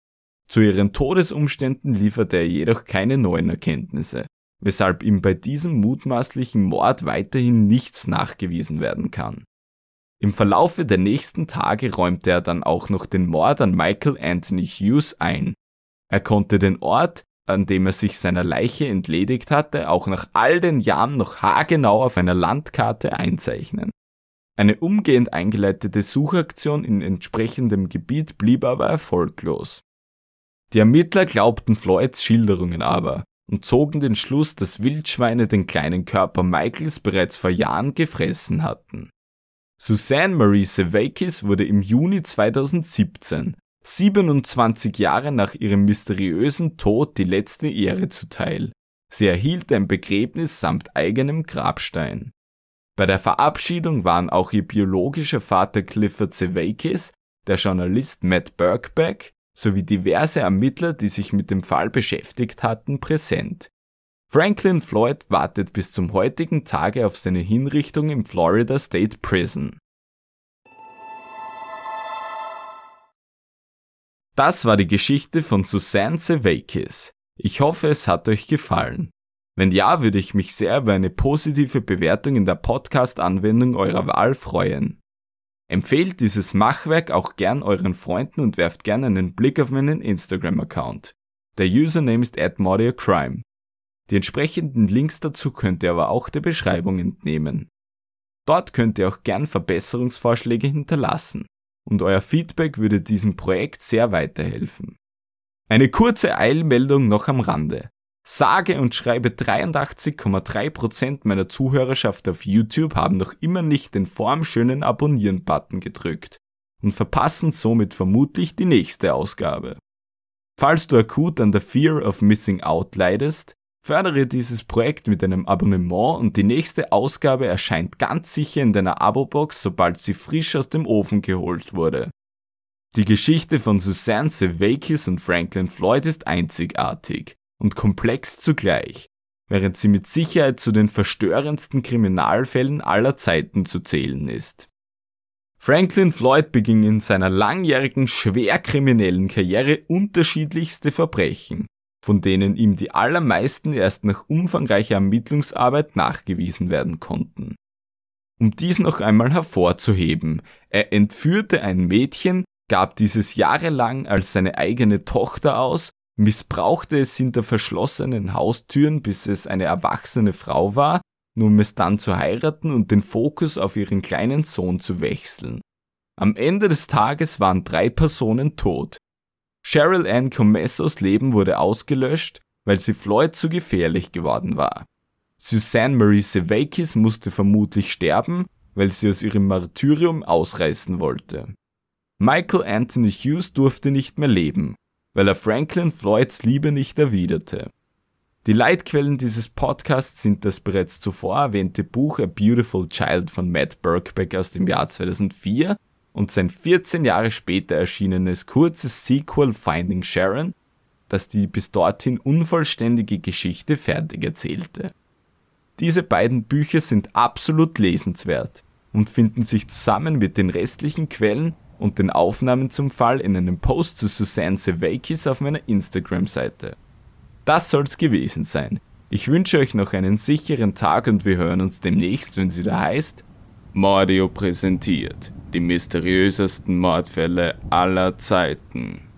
Zu ihren Todesumständen lieferte er jedoch keine neuen Erkenntnisse, weshalb ihm bei diesem mutmaßlichen Mord weiterhin nichts nachgewiesen werden kann. Im Verlaufe der nächsten Tage räumte er dann auch noch den Mord an Michael Anthony Hughes ein. Er konnte den Ort, an dem er sich seiner Leiche entledigt hatte, auch nach all den Jahren noch haargenau auf einer Landkarte einzeichnen. Eine umgehend eingeleitete Suchaktion in entsprechendem Gebiet blieb aber erfolglos. Die Ermittler glaubten Floyds Schilderungen aber und zogen den Schluss, dass Wildschweine den kleinen Körper Michaels bereits vor Jahren gefressen hatten. Suzanne Marie Sevakis wurde im Juni zweitausendsiebzehn, siebenundzwanzig Jahre nach ihrem mysteriösen Tod, die letzte Ehre zuteil. Sie erhielt ein Begräbnis samt eigenem Grabstein. Bei der Verabschiedung waren auch ihr biologischer Vater Clifford Sevakis, der Journalist Matt Birkbeck sowie diverse Ermittler, die sich mit dem Fall beschäftigt hatten, präsent. Franklin Floyd wartet bis zum heutigen Tage auf seine Hinrichtung im Florida State Prison. Das war die Geschichte von Suzanne Sevakis. Ich hoffe, es hat euch gefallen. Wenn ja, würde ich mich sehr über eine positive Bewertung in der Podcast-Anwendung eurer Wahl freuen. Empfehlt dieses Machwerk auch gern euren Freunden und werft gern einen Blick auf meinen Instagram-Account. Der Username ist at maudiacrime. Die entsprechenden Links dazu könnt ihr aber auch der Beschreibung entnehmen. Dort könnt ihr auch gern Verbesserungsvorschläge hinterlassen und euer Feedback würde diesem Projekt sehr weiterhelfen. Eine kurze Eilmeldung noch am Rande. Sage und schreibe dreiundachtzig Komma drei Prozent meiner Zuhörerschaft auf YouTube haben noch immer nicht den formschönen Abonnieren-Button gedrückt und verpassen somit vermutlich die nächste Ausgabe. Falls du akut an der Fear of Missing Out leidest, fördere dieses Projekt mit einem Abonnement und die nächste Ausgabe erscheint ganz sicher in deiner Abo-Box, sobald sie frisch aus dem Ofen geholt wurde. Die Geschichte von Suzanne Sevakis und Franklin Floyd ist einzigartig und komplex zugleich, während sie mit Sicherheit zu den verstörendsten Kriminalfällen aller Zeiten zu zählen ist. Franklin Floyd beging in seiner langjährigen, schwer kriminellen Karriere unterschiedlichste Verbrechen, von denen ihm die allermeisten erst nach umfangreicher Ermittlungsarbeit nachgewiesen werden konnten. Um dies noch einmal hervorzuheben, er entführte ein Mädchen, gab dieses jahrelang als seine eigene Tochter aus, missbrauchte es hinter verschlossenen Haustüren, bis es eine erwachsene Frau war, nur um es dann zu heiraten und den Fokus auf ihren kleinen Sohn zu wechseln. Am Ende des Tages waren drei Personen tot. Cheryl Ann Comessos Leben wurde ausgelöscht, weil sie Floyd zu gefährlich geworden war. Suzanne Marie Sevakis musste vermutlich sterben, weil sie aus ihrem Martyrium ausreißen wollte. Michael Anthony Hughes durfte nicht mehr leben, weil er Franklin Floyds Liebe nicht erwiderte. Die Leitquellen dieses Podcasts sind das bereits zuvor erwähnte Buch A Beautiful Child von Matt Birkbeck aus dem Jahr zweitausendvier und sein vierzehn Jahre später erschienenes kurzes Sequel Finding Sharon, das die bis dorthin unvollständige Geschichte fertig erzählte. Diese beiden Bücher sind absolut lesenswert und finden sich zusammen mit den restlichen Quellen und den Aufnahmen zum Fall in einem Post zu Suzanne Sevakis auf meiner Instagram-Seite. Das soll's gewesen sein. Ich wünsche euch noch einen sicheren Tag und wir hören uns demnächst, wenn es wieder heißt Mordio präsentiert die mysteriösesten Mordfälle aller Zeiten.